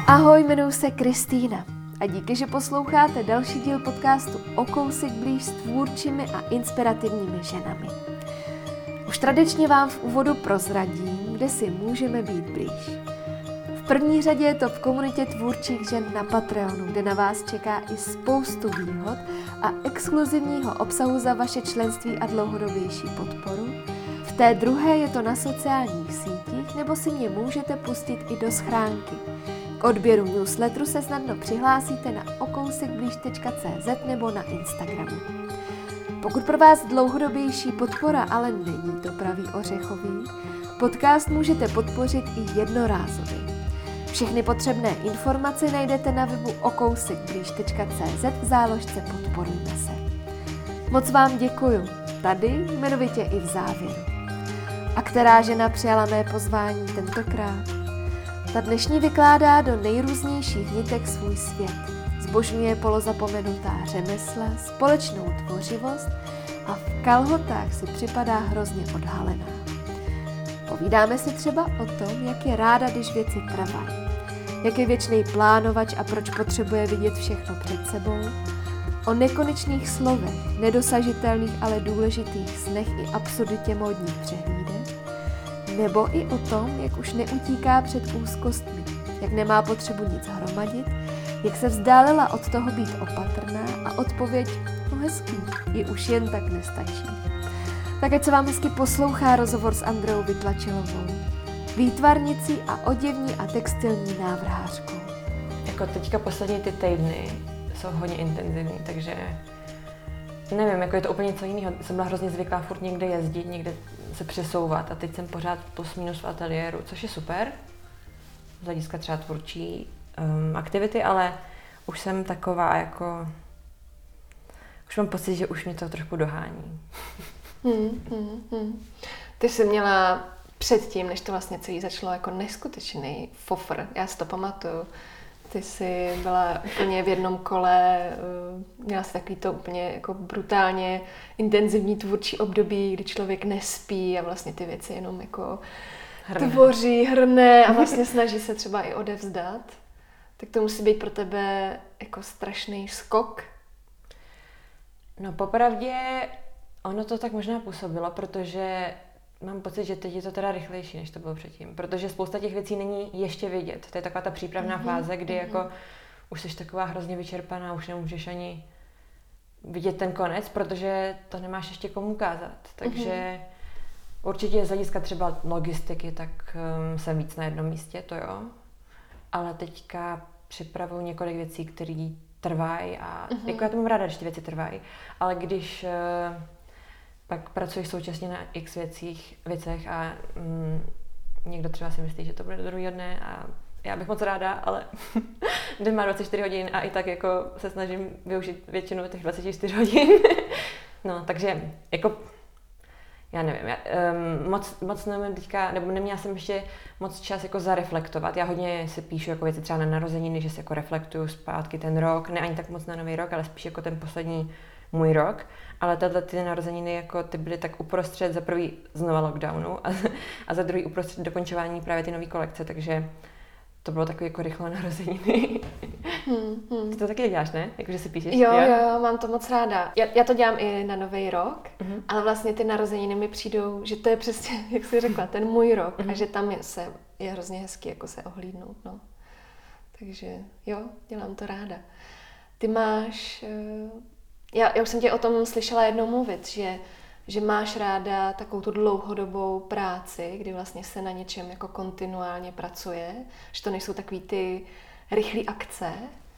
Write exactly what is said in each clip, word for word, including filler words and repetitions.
Ahoj, jmenuji se Kristýna a díky, že posloucháte další díl podcastu O kousek blíž s tvůrčími a inspirativními ženami. Už tradičně vám v úvodu prozradím, kde si můžeme být blíž. V první řadě je to v komunitě tvůrčích žen na Patreonu, kde na vás čeká i spoustu výhod a exkluzivního obsahu za vaše členství a dlouhodobější podporu. V té druhé je to na sociálních sítích, nebo si mě můžete pustit i do schránky. K odběru newsletteru se snadno přihlásíte na okousekblíž tečka cé zet nebo na Instagramu. Pokud pro vás dlouhodobější podpora ale není to pravý ořechový, podcast můžete podpořit i jednorázově. Všechny potřebné informace najdete na webu okousekblíž tečka cé zet v záložce Podporujme se. Moc vám děkuju, tady jmenovitě i v závěru. A která žena přijala mé pozvání tentokrát? Ta dnešní vykládá do nejrůznějších nitek svůj svět. Zbožňuje polozapomenutá řemesla, společnou tvořivost a v kalhotách si připadá hrozně odhalená. Povídáme si třeba o tom, jak je ráda, když věci trvají, jak je věčný plánovač a proč potřebuje vidět všechno před sebou, o nekonečných slovech, nedosažitelných, ale důležitých snech i absurditě módních přehlídek, nebo i o tom, jak už neutíká před úzkostmi, jak nemá potřebu nic hromadit, jak se vzdálila od toho být opatrná a odpověď, no hezký, ji už jen tak nestačí. Tak ať se vám hezky poslouchá rozhovor s Andreou Vytlačilovou, výtvarnicí a oděvní a textilní návrhářkou. Jako teďka poslední ty týdny jsou hodně intenzivní, takže nevím, jako je to úplně něco jiného. Jsem byla hrozně zvyklá furt někde jezdit, někde se přesouvat a teď jsem pořád plus minus v ateliéru, což je super, z hlediska třeba tvůrčí um, aktivity, ale už jsem taková jako, už mám pocit, že už mě to trošku dohání. Hmm, hmm, hmm. Ty jsi měla předtím, než to vlastně celý začalo, jako neskutečný fofr, já si to pamatuju. Ty jsi byla úplně v jednom kole, měla jsi takový to úplně jako brutálně intenzivní tvůrčí období, kdy člověk nespí a vlastně ty věci jenom jako hrne. tvoří, hrne a vlastně snaží se třeba i odevzdat. Tak to musí být pro tebe jako strašný skok. No popravdě ono to tak možná působilo, protože mám pocit, že teď je to teda rychlejší, než to bylo předtím, protože spousta těch věcí není ještě vidět. To je taková ta přípravná mm-hmm. fáze, kdy mm-hmm. jako už jsi taková hrozně vyčerpaná, už nemůžeš ani vidět ten konec, protože to nemáš ještě komu ukázat. Takže mm-hmm. určitě z hlediska třeba logistiky, tak um, jsem víc na jednom místě, to jo. Ale teďka připravuju několik věcí, které trvají a mm-hmm. jako já to mám ráda, když ty věci trvají, ale když uh, pak pracuješ současně na x věcích, věcech a mm, někdo třeba si myslí, že to bude do druhého dne a já bych moc ráda, ale den má dvacet čtyři hodin a i tak jako se snažím využít většinu těch dvacet čtyři hodin. No, takže jako já nevím, já, um, moc, moc nevím teďka, nebo neměla jsem ještě moc čas jako zareflektovat. Já hodně si píšu jako věci třeba na narozeniny, že si jako reflektuju zpátky ten rok, ne ani tak moc na nový rok, ale spíš jako ten poslední můj rok, ale tato ty narozeniny jako ty byly tak uprostřed za prvý znova lockdownu a, a za druhý uprostřed dokončování právě ty nové kolekce, takže to bylo takové jako rychlé narozeniny. Hmm, hmm. Ty to taky děláš, ne? Jakože si píšeš? Jo, jo, jo, mám to moc ráda. Já, já to dělám i na nový rok, uh-huh. ale vlastně ty narozeniny mi přijdou, že to je přesně, jak jsi řekla, ten můj rok uh-huh. a že tam je, se, je hrozně hezký jako se ohlídnout, no. Takže jo, dělám to ráda. Ty máš... Já, já už jsem tě o tom slyšela jednou mluvit, že, že máš ráda takovou tu dlouhodobou práci, kdy vlastně se na něčem jako kontinuálně pracuje, že to nejsou takový ty rychlé akce.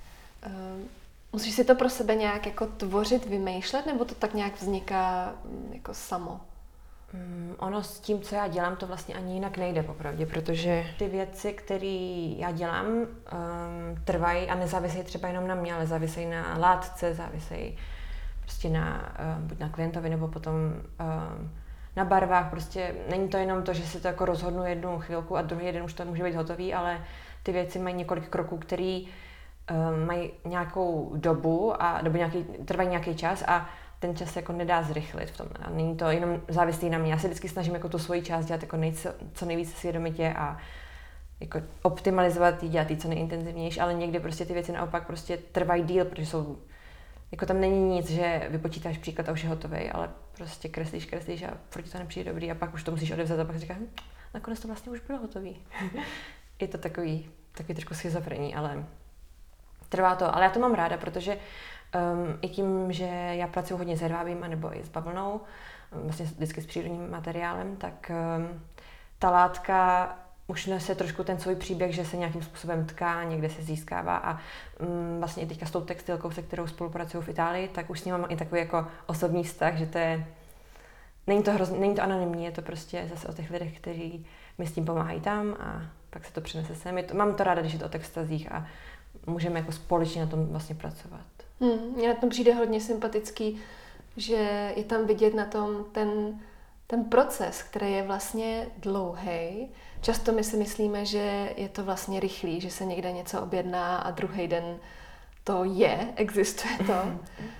Musíš si to pro sebe nějak jako tvořit, vymýšlet, nebo to tak nějak vzniká jako samo? Mm, ono s tím, co já dělám, to vlastně ani jinak nejde popravdě, protože ty věci, které já dělám, um, trvají a nezávisejí třeba jenom na mě, ale závisejí na látce, závisejí prostě na, uh, buď na klientovi, nebo potom uh, na barvách. Prostě není to jenom to, že si to jako rozhodnu jednu chvilku a druhý den už to může být hotový, ale ty věci mají několik kroků, které uh, mají nějakou dobu a nebo nějaký, trvají nějaký čas a ten čas se jako nedá zrychlit v tom. A není to jenom závislý na mě. Já se vždycky snažím jako tu svoji část dělat jako nejco, co nejvíce svědomitě a jako optimalizovat, jí dělat jí co nejintenzivnější, ale někdy prostě ty věci naopak prostě trvají díl, protože jsou, jako tam není nic, že vypočítáš příklad a už je hotovej, ale prostě kreslíš, kreslíš a furt to nepřijde dobrý a pak už to musíš odevzat a pak říkáš, hm, nakonec to vlastně už bylo hotový. Je to takový, takový trošku schizofrení, ale trvá to. Ale já to mám ráda, protože um, i tím, že já pracuji hodně s hedvábím nebo i s bavlnou, vlastně vždycky s přírodním materiálem, tak um, ta látka už nese trošku ten svůj příběh, že se nějakým způsobem tká, někde se získává a um, vlastně i teďka s tou textilkou, se kterou spolupracuju v Itálii, tak už s ní mám i takový jako osobní vztah, že to je, není to hrozně, není to anonymní, je to prostě zase o těch lidech, kteří mi s tím pomáhají tam a pak se to přinese sem. To, mám to ráda, když je to o textazích a můžeme jako společně na tom vlastně pracovat. Hmm, mně na tom přijde hodně sympatický, že je tam vidět na tom ten, ten proces, který je vlastně dlouhý. Často my si myslíme, že je to vlastně rychlý, že se někde něco objedná a druhý den to je, existuje to.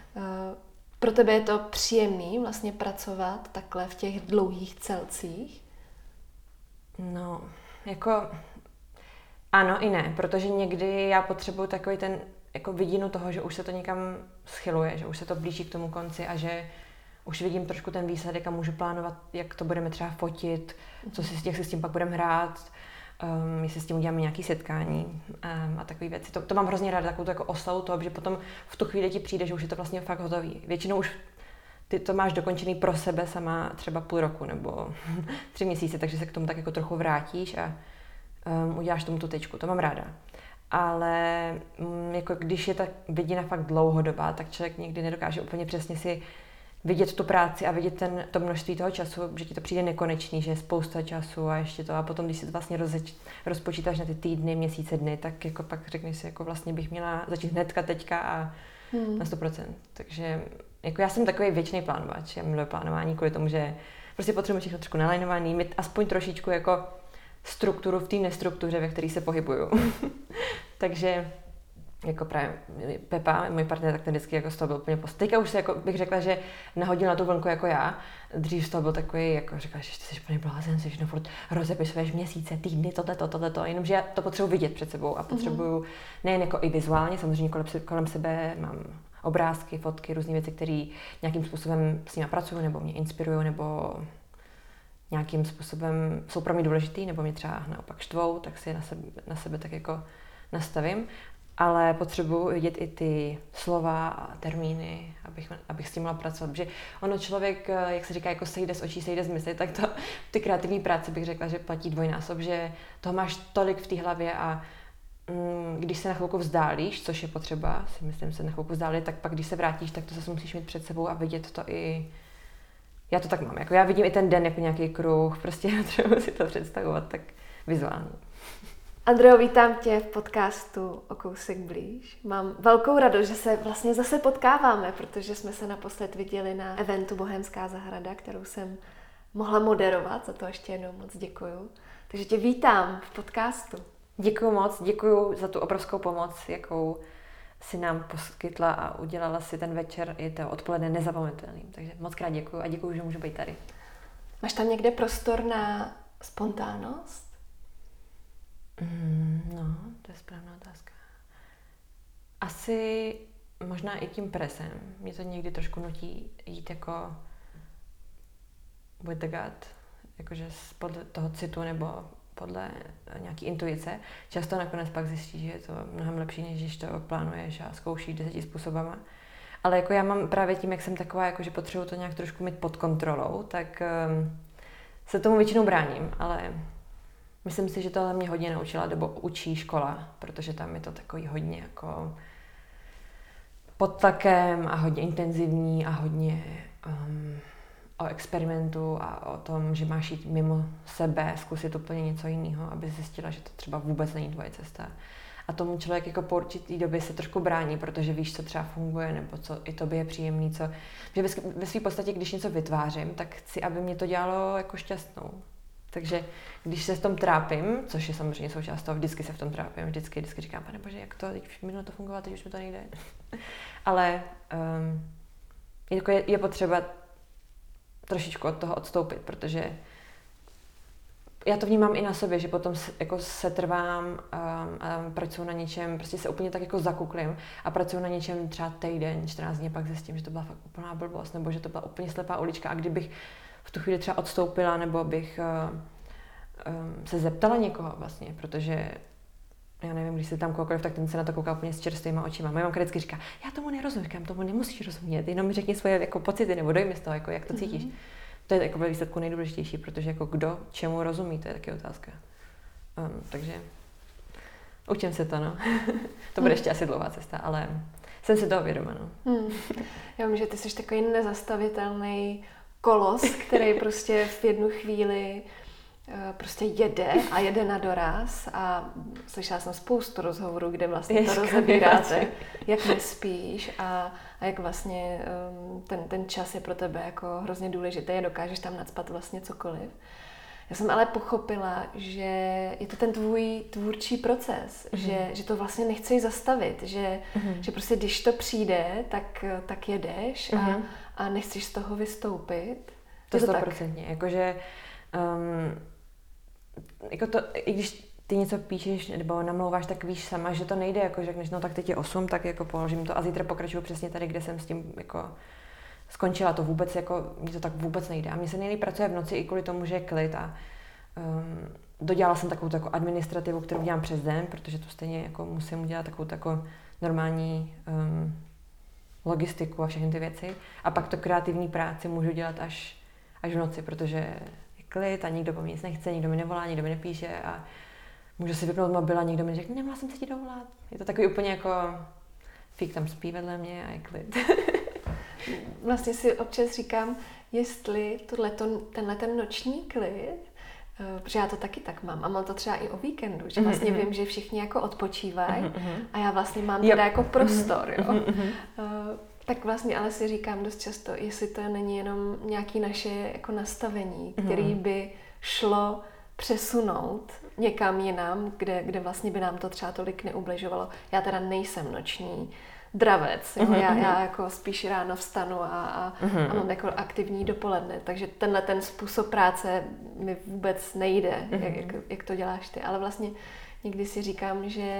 Pro tebe je to příjemný vlastně pracovat takhle v těch dlouhých celcích? No, jako ano i ne, protože někdy já potřebuji takový ten jako vidinu toho, že už se to někam schyluje, že už se to blíží k tomu konci a že už vidím trošku ten výsledek a můžu plánovat, jak to budeme třeba fotit, co si, jak si s tím pak budeme hrát, um, jestli s tím uděláme nějaké setkání um, a takové věci. To, to mám hrozně ráda, takovou jako oslavu toho, že potom v tu chvíli ti přijde, že už je to vlastně fakt hotový. Většinou už ty to máš dokončený pro sebe sama třeba půl roku nebo tři měsíce, takže se k tomu tak jako trochu vrátíš a um, uděláš tomu tu tečku. To mám ráda. Ale um, jako když je ta vidina fakt dlouhodobá, tak člověk někdy nedokáže úplně přesně si vidět tu práci a vidět ten, to množství toho času, že ti to přijde nekonečný, že je spousta času a ještě to. A potom, když si to vlastně rozeč, rozpočítáš na ty týdny, měsíce, dny, tak jako pak řekneš si, jako vlastně bych měla začít hnedka teďka a hmm. na sto procent. Takže jako já jsem takový věčný plánovač, já miluji plánování kvůli tomu, že prostě potřebuji všechno trošku nalajnovaný, mít aspoň trošičku jako strukturu v té nestruktuře, ve které se pohybuju. Takže jako právě Pepa, můj partner, tak ten vždycky jako z toho byl úplně post. Teďka už se jako bych řekla, že nahodil na tu vlnku jako já. Dřív z toho byl takový, jako říkal, že ty jsi úplně blázen, jsi no furt rozepisuješ měsíce, týdny, tohleto, tohleto, jenomže já to potřebuji vidět před sebou a potřebuju mm-hmm. nejen jako i vizuálně, samozřejmě kolem, kolem sebe mám obrázky, fotky, různé věci, které nějakým způsobem s nimi pracuju, nebo mě inspirují, nebo nějakým způsobem jsou pro mě důležitý, nebo mě třeba naopak štvou, tak si na sebe, na sebe tak jako nastavím. Ale potřebuji vidět i ty slova a termíny, abych, abych s tím mohla pracovat. Protože ono člověk, jak se říká, jako sejde z očí, sejde z mysli, tak to ty kreativní práce bych řekla, že platí dvojnásob, že toho máš tolik v té hlavě a mm, když se na chvilku vzdálíš, což je potřeba, si myslím, se na chvilku vzdálit, tak pak, když se vrátíš, tak to zase musíš mít před sebou a vidět to i... Já to tak mám, jako já vidím i ten den jako nějaký kruh, prostě třeba si to představovat tak vizuálně. Andreo, vítám tě v podcastu O kousek blíž. Mám velkou radost, že se vlastně zase potkáváme, protože jsme se naposled viděli na eventu Bohémská zahrada, kterou jsem mohla moderovat, za to ještě jednou moc děkuju. Takže tě vítám v podcastu. Děkuju moc, děkuju za tu obrovskou pomoc, jakou si nám poskytla a udělala si ten večer i to odpoledne nezapomenutelným. Takže moc krát děkuju a děkuju, že můžu být tady. Máš tam někde prostor na spontánnost? Mm, no, to je správná otázka. Asi možná i tím presem. Mě to někdy trošku nutí jít jako with the gut, jakože podle toho citu nebo podle nějaký intuice. Často nakonec pak zjistíš, že je to mnohem lepší, než když to plánuješ a zkoušíš deseti způsobama. Ale jako já mám právě tím, jak jsem taková, jako že potřebuji to nějak trošku mít pod kontrolou, tak um, se tomu většinou bráním, ale myslím si, že tohle mě hodně naučila, nebo učí škola, protože tam je to takový hodně jako pod tlakem a hodně intenzivní a hodně um, o experimentu a o tom, že máš jít mimo sebe, zkusit úplně něco jiného, aby zjistila, že to třeba vůbec není tvoje cesta. A tomu člověk jako po určitý době se trošku brání, protože víš, co třeba funguje, nebo co i tobě je příjemný, co... Že ve, ve své podstatě, když něco vytvářím, tak chci, aby mě to dělalo jako šťastnou. Takže když se v tom trápím, což je samozřejmě součást toho, vždycky se v tom trápím, vždycky, vždycky říkám, pane bože, jak to, teď už minulo to fungovalo, teď už mi to nejde. Ale um, jako je, je potřeba trošičku od toho odstoupit, protože já to vnímám i na sobě, že potom se, jako se trvám um, a pracuji na něčem, prostě se úplně tak jako zakuklím a pracuji na něčem třeba týden, čtrnáct dní, pak zjistím, že to byla fakt úplná blbost, nebo že to byla úplně slepá ulička a kdybych v tu chvíli třeba odstoupila, nebo bych uh, um, se zeptala někoho vlastně, protože já nevím, když se tam koukali, tak ten se na to kouká úplně s čerstvýma očima. Moje mamka vždycky říká, já tomu nerozumím, říkám, tomu nemusíš rozumět, jenom mi řekni svoje jako pocity nebo dojmy z toho, jako, jak to cítíš. Mm-hmm. To je jako ve výsledku nejdůležitější, protože jako kdo čemu rozumí, to je taky otázka. Um, takže učím se to, no. To bude ještě asi dlouhá cesta, ale jsem si toho vědoma, no. Hmm. Já vím, že ty jsi takový nezastavitelný kolos, který prostě v jednu chvíli prostě jede a jede na doraz a slyšela jsem spoustu rozhovorů, kde vlastně to rozebíráte, jak nespíš a, a jak vlastně um, ten, ten čas je pro tebe jako hrozně důležitý a dokážeš tam nacpat vlastně cokoliv. Já jsem ale pochopila, že je to ten tvůj tvůrčí proces, mm-hmm. že, že to vlastně nechceš zastavit, že, mm-hmm. že prostě když to přijde, tak, tak jedeš mm-hmm. a, a nechceš z toho vystoupit. To stoprocentně, jakože um, jako to, i když ty něco píšeš nebo namlouváš, tak víš sama, že to nejde, jako řekneš, no tak teď je osm, tak jako položím to a zítra pokračuju přesně tady, kde jsem s tím jako skončila. To vůbec jako, mně to tak vůbec nejde. A mně se nejlíp pracuje v noci i kvůli tomu, že je klid a um, dodělala jsem takovou jako administrativu, kterou dělám přes den, protože to stejně jako musím udělat takovou jako normální um, logistiku a všechny ty věci. A pak to kreativní práci můžu dělat až, až v noci, protože klid a nikdo po mně nic nechce, nikdo mi nevolá, nikdo mi nepíše a můžu si vypnout mobil a nikdo mi řekne, nemohla jsem se ti dovolat. Je to takový úplně jako fík tam spí vedle mě a je klid. Vlastně si občas říkám, jestli tohleto, tenhle ten noční klid, protože já to taky tak mám a mám to třeba i o víkendu, že vlastně mm-hmm. vím, že všichni jako odpočívají mm-hmm. a já vlastně mám teda jako prostor, jo. Mm-hmm. Tak vlastně ale si říkám dost často, jestli to není jenom nějaké naše jako nastavení, který by šlo přesunout někam jinam, kde, kde vlastně by nám to třeba tolik neubližovalo. Já teda nejsem noční dravec, jo? Já, já jako spíš ráno vstanu a, a, a mám jako aktivní dopoledne, takže tenhle ten způsob práce mi vůbec nejde, jak, jak to děláš ty, ale vlastně někdy si říkám, že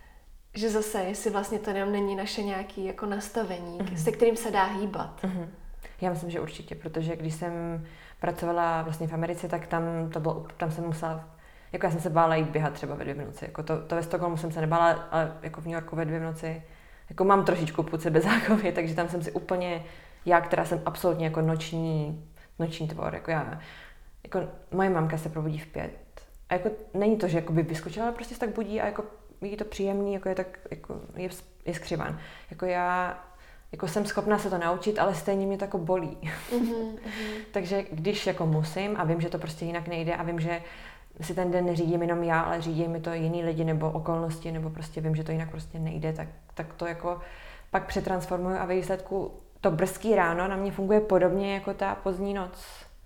že zase, jestli vlastně to jenom není naše nějaké jako nastavení, mm-hmm. se kterým se dá hýbat. Mm-hmm. Já myslím, že určitě, protože když jsem pracovala vlastně v Americe, tak tam to bylo, tam jsem musela, jako já jsem se bála jít běhat třeba ve dvě v noci, jako to, to ve Stockholmu jsem se nebála, ale jako v New Yorku ve dvě v noci, jako mám trošičku půd sebezáchovy, takže tam jsem si úplně, já, která jsem absolutně jako noční, noční tvor, jako já, jako moje mamka se probudí v pět a jako není to, že jako by vyskočila, ale prostě se tak budí a jako je to příjemný, jako je tak, jako je, je skřiván. Jako já jako jsem schopná se to naučit, ale stejně mě to jako bolí. Mm-hmm. Takže když jako musím a vím, že to prostě jinak nejde a vím, že si ten den neřídím jenom já, ale řídí mi to jiný lidi nebo okolnosti, nebo prostě vím, že to jinak prostě nejde, tak, tak to jako pak přetransformuju a ve výsledku to brzký ráno na mě funguje podobně jako ta pozdní noc.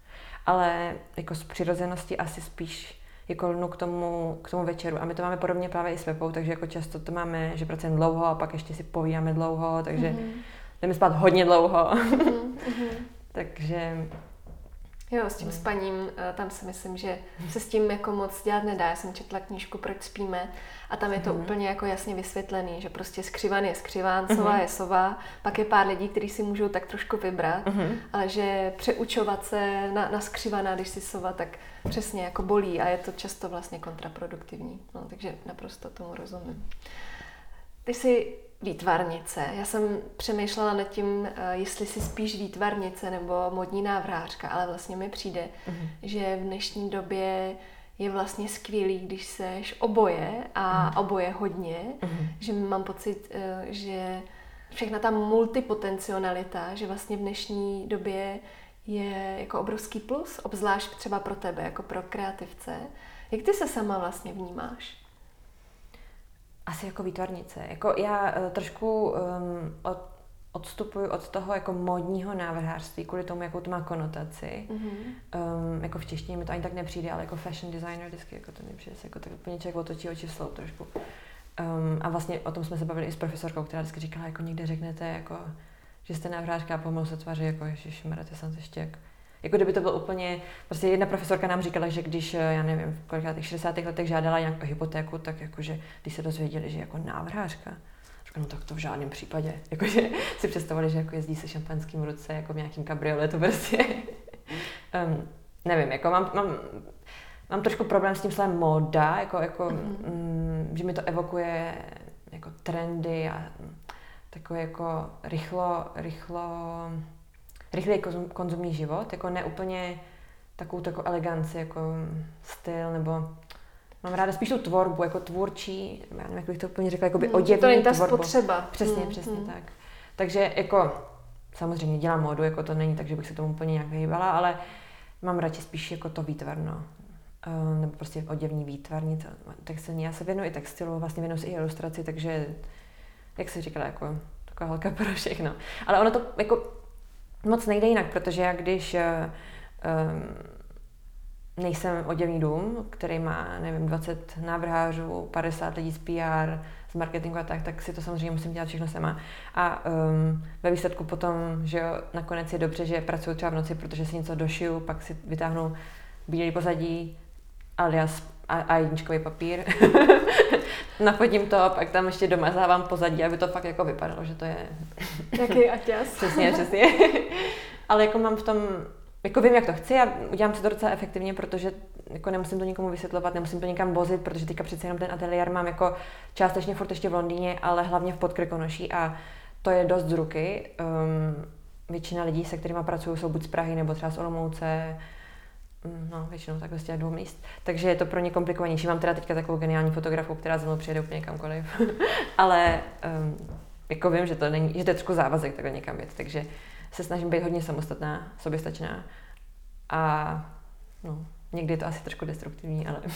Ale jako z přirozenosti asi spíš jako lnu k tomu, k tomu večeru. A my to máme podobně právě i s Pepou, takže jako často to máme, že pracujeme dlouho a pak ještě si povídáme dlouho, takže mm-hmm. jdeme spát hodně dlouho. Mm-hmm. Takže... Jo, s tím spaním, tam si myslím, že se s tím jako moc dělat nedá. Já jsem četla knížku Proč spíme a tam je to mm-hmm. úplně jako jasně vysvětlený, že prostě skřivan je skřiván, sova mm-hmm. je sova, pak je pár lidí, kteří si můžou tak trošku vybrat, mm-hmm. ale že přeučovat se na, na skřivana, když si sova, tak přesně jako bolí a je to často vlastně kontraproduktivní. No, takže naprosto tomu rozumím. Ty jsi výtvarnice. Já jsem přemýšlela nad tím, jestli si spíš výtvarnice nebo modní návrhářka, ale vlastně mi přijde, mm-hmm. že v dnešní době je vlastně skvělý, když seš oboje a mm-hmm. oboje hodně, mm-hmm. že mám pocit, že všechna ta multipotencionalita, že vlastně v dnešní době je jako obrovský plus, obzvlášť třeba pro tebe, jako pro kreativce. Jak ty se sama vlastně vnímáš? Asi jako výtvarnice. Jako já uh, trošku um, od, odstupuji od toho jako módního návrhářství kvůli tomu, jakou to má konotaci. Mm-hmm. Um, jako v češtině mi to ani tak nepřijde, ale jako fashion designer vždycky jako to mi přijde, jako tak úplně člověk otočí oči v slou trošku. Um, a vlastně o tom jsme se bavili i s profesorkou, která vždycky říkala, jako někde řeknete, jako, že jste návrhářka a pomalu se tváří, jako ježišmarja, to jsem ještě jak, Jako kdyby to bylo úplně, prostě jedna profesorka nám říkala, že když, já nevím, v kolika těch šedesátých letech žádala nějakou hypotéku, tak jakože, když se dozvěděli, že jako návrhářka, říkala, no tak to v žádném případě. Jakože si představovali, že jako jezdí se šampanským v ruce, jako v nějakým kabrioletu prostě. um, nevím, jako mám, mám, mám trošku problém s tím slovem móda, jako, jako mm-hmm. mm, že mi to evokuje jako trendy a takový jako rychlo, rychlo, rychlý konzumní život, jako ne úplně takovou takovou eleganci, jako styl, nebo mám ráda spíš tu tvorbu, jako tvůrčí, já nevím, jak bych to úplně řekla, jako by hmm, oděvní to není ta tvorbu. spotřeba. Přesně, hmm, přesně hmm. tak. Takže jako samozřejmě dělám módu, jako to není tak, že bych se tomu úplně nějak vyhýbala, ale mám radši spíš jako to výtvarno. Uh, nebo prostě oděvní výtvarní, textilní. Já se věnuji i textilu, vlastně věnuji se i ilustraci, takže jak se říkala, jako taková holka pro všechno. Ale ono to jako moc nejde jinak, protože já když um, nejsem oděvní dům, který má, nevím, dvacet návrhářů, padesát lidí z P R, z marketingu a tak, tak si to samozřejmě musím dělat všechno sama. A um, ve výsledku potom, že jo, nakonec je dobře, že pracuji třeba v noci, protože si něco došiju, pak si vytáhnu bílý pozadí, alias a, a jedničkový papír. Napodím to, pak tam ještě domazávám pozadí, aby to fakt jako vypadalo, že to je... Jaký aťas. Přesně, přesně. Ale jako mám v tom, jako vím, jak to chci a udělám si to docela efektivně, protože jako nemusím to nikomu vysvětlovat, nemusím to nikam vozit, protože teďka přece jenom ten ateliér mám jako částečně furt ještě v Londýně, ale hlavně v Podkrkonoší a to je dost z ruky. Um, většina lidí, se kterými pracuju, jsou buď z Prahy nebo třeba z Olomouce, no, většinou takhle z těch dvou míst. Takže je to pro ně komplikovanější. Mám teda teďka takovou geniální fotografku, která za mnou přijede úplně kamkoliv. Ale um, jako vím, že to není, že to je trošku závazek takhle někam jet, takže se snažím být hodně samostatná, soběstačná. A no, někdy je to asi trošku destruktivní, ale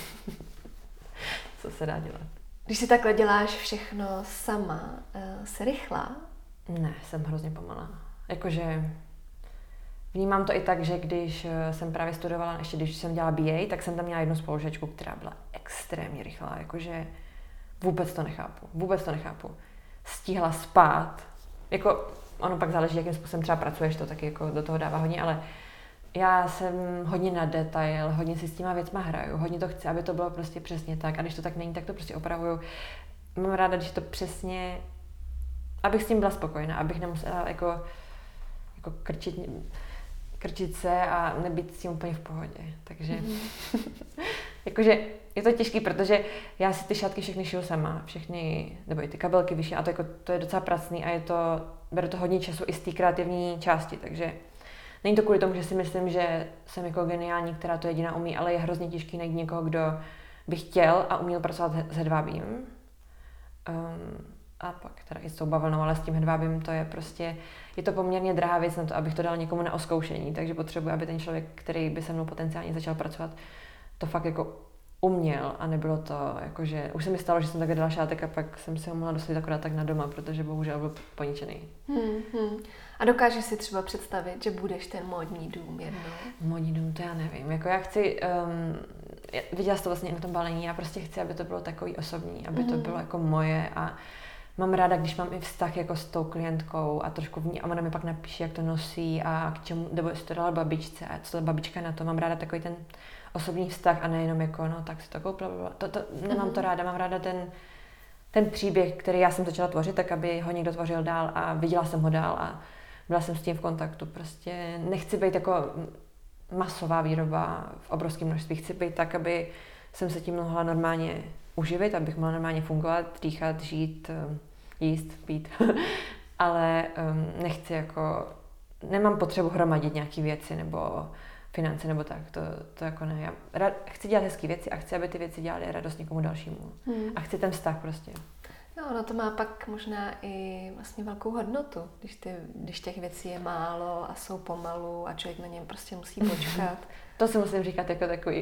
co se dá dělat. Když si takhle děláš všechno sama, jsi rychlá? Ne, jsem hrozně pomalá. Jakože vnímám to i tak, že když jsem právě studovala, ještě když jsem dělala B A, tak jsem tam měla jednu spolužečku, která byla extrémně rychlá, jakože vůbec to nechápu, vůbec to nechápu. Stihla spát, jako ono pak záleží, jakým způsobem třeba pracuješ, to taky jako do toho dává hodně, ale já jsem hodně na detail, hodně si s těma věcma hraju, hodně to chci, aby to bylo prostě přesně tak a když to tak není, tak to prostě opravuju. Mám ráda, když to přesně, abych s tím byla spokojená, abych nemusela jako, jako krčit, krčit se a nebýt s tím úplně v pohodě. Takže mm-hmm. jakože je to těžký, protože já si ty šátky všechny šiju sama, všechny, nebo i ty kabelky vyšší a to, jako, to je docela pracný a je to, beru to hodně času i z té kreativní části, takže není to kvůli tomu, že si myslím, že jsem jako geniální, která to jediná umí, ale je hrozně těžký najít někoho, kdo by chtěl a uměl pracovat s hedvábím. Um, a pak teda i s tou bavlnou, ale s tím hedvábím to je prostě, je to poměrně drahá věc na to, abych to dala někomu na oskoušení, takže potřebuji, aby ten člověk, který by se mnou potenciálně začal pracovat, to fakt jako uměl a nebylo to jakože, už se mi stalo, že jsem takhle dala šátek a pak jsem si ho mohla dostat akorát tak na doma, protože bohužel byl poničený. Hmm, hmm. A dokážeš si třeba představit, že budeš ten módní dům jednou? Módní dům, to já nevím, jako já chci, um, viděla jsi to vlastně i na tom balení, já prostě chci, aby to bylo takový osobní, aby to bylo jako moje a mám ráda, když mám i vztah jako s tou klientkou a trošku v ní a ona mi pak napíše, jak to nosí a k čemu, nebo jestli to dala babičce a co ta babička na to. Mám ráda takový ten osobní vztah a nejenom jako, no tak si to koupila, to, to, nemám to ráda, mám ráda ten, ten příběh, který já jsem začala tvořit, tak aby ho někdo tvořil dál a viděla jsem ho dál a byla jsem s tím v kontaktu. Prostě nechci být jako masová výroba v obrovském množství, chci být tak, aby jsem se tím mohla normálně uživit, abych mohla normálně fungovat, dýchat, žít, jíst, pít. Ale um, nechci jako, nemám potřebu hromadit nějaké věci nebo finance nebo tak, to, to jako ne. Já rad, chci dělat hezké věci a chci, aby ty věci dělaly radost někomu dalšímu. Hmm. A chci ten vztah prostě. Jo, no to má pak možná i vlastně velkou hodnotu, když, ty, když těch věcí je málo a jsou pomalu a člověk na něm prostě musí počkat. To si musím říkat jako takový,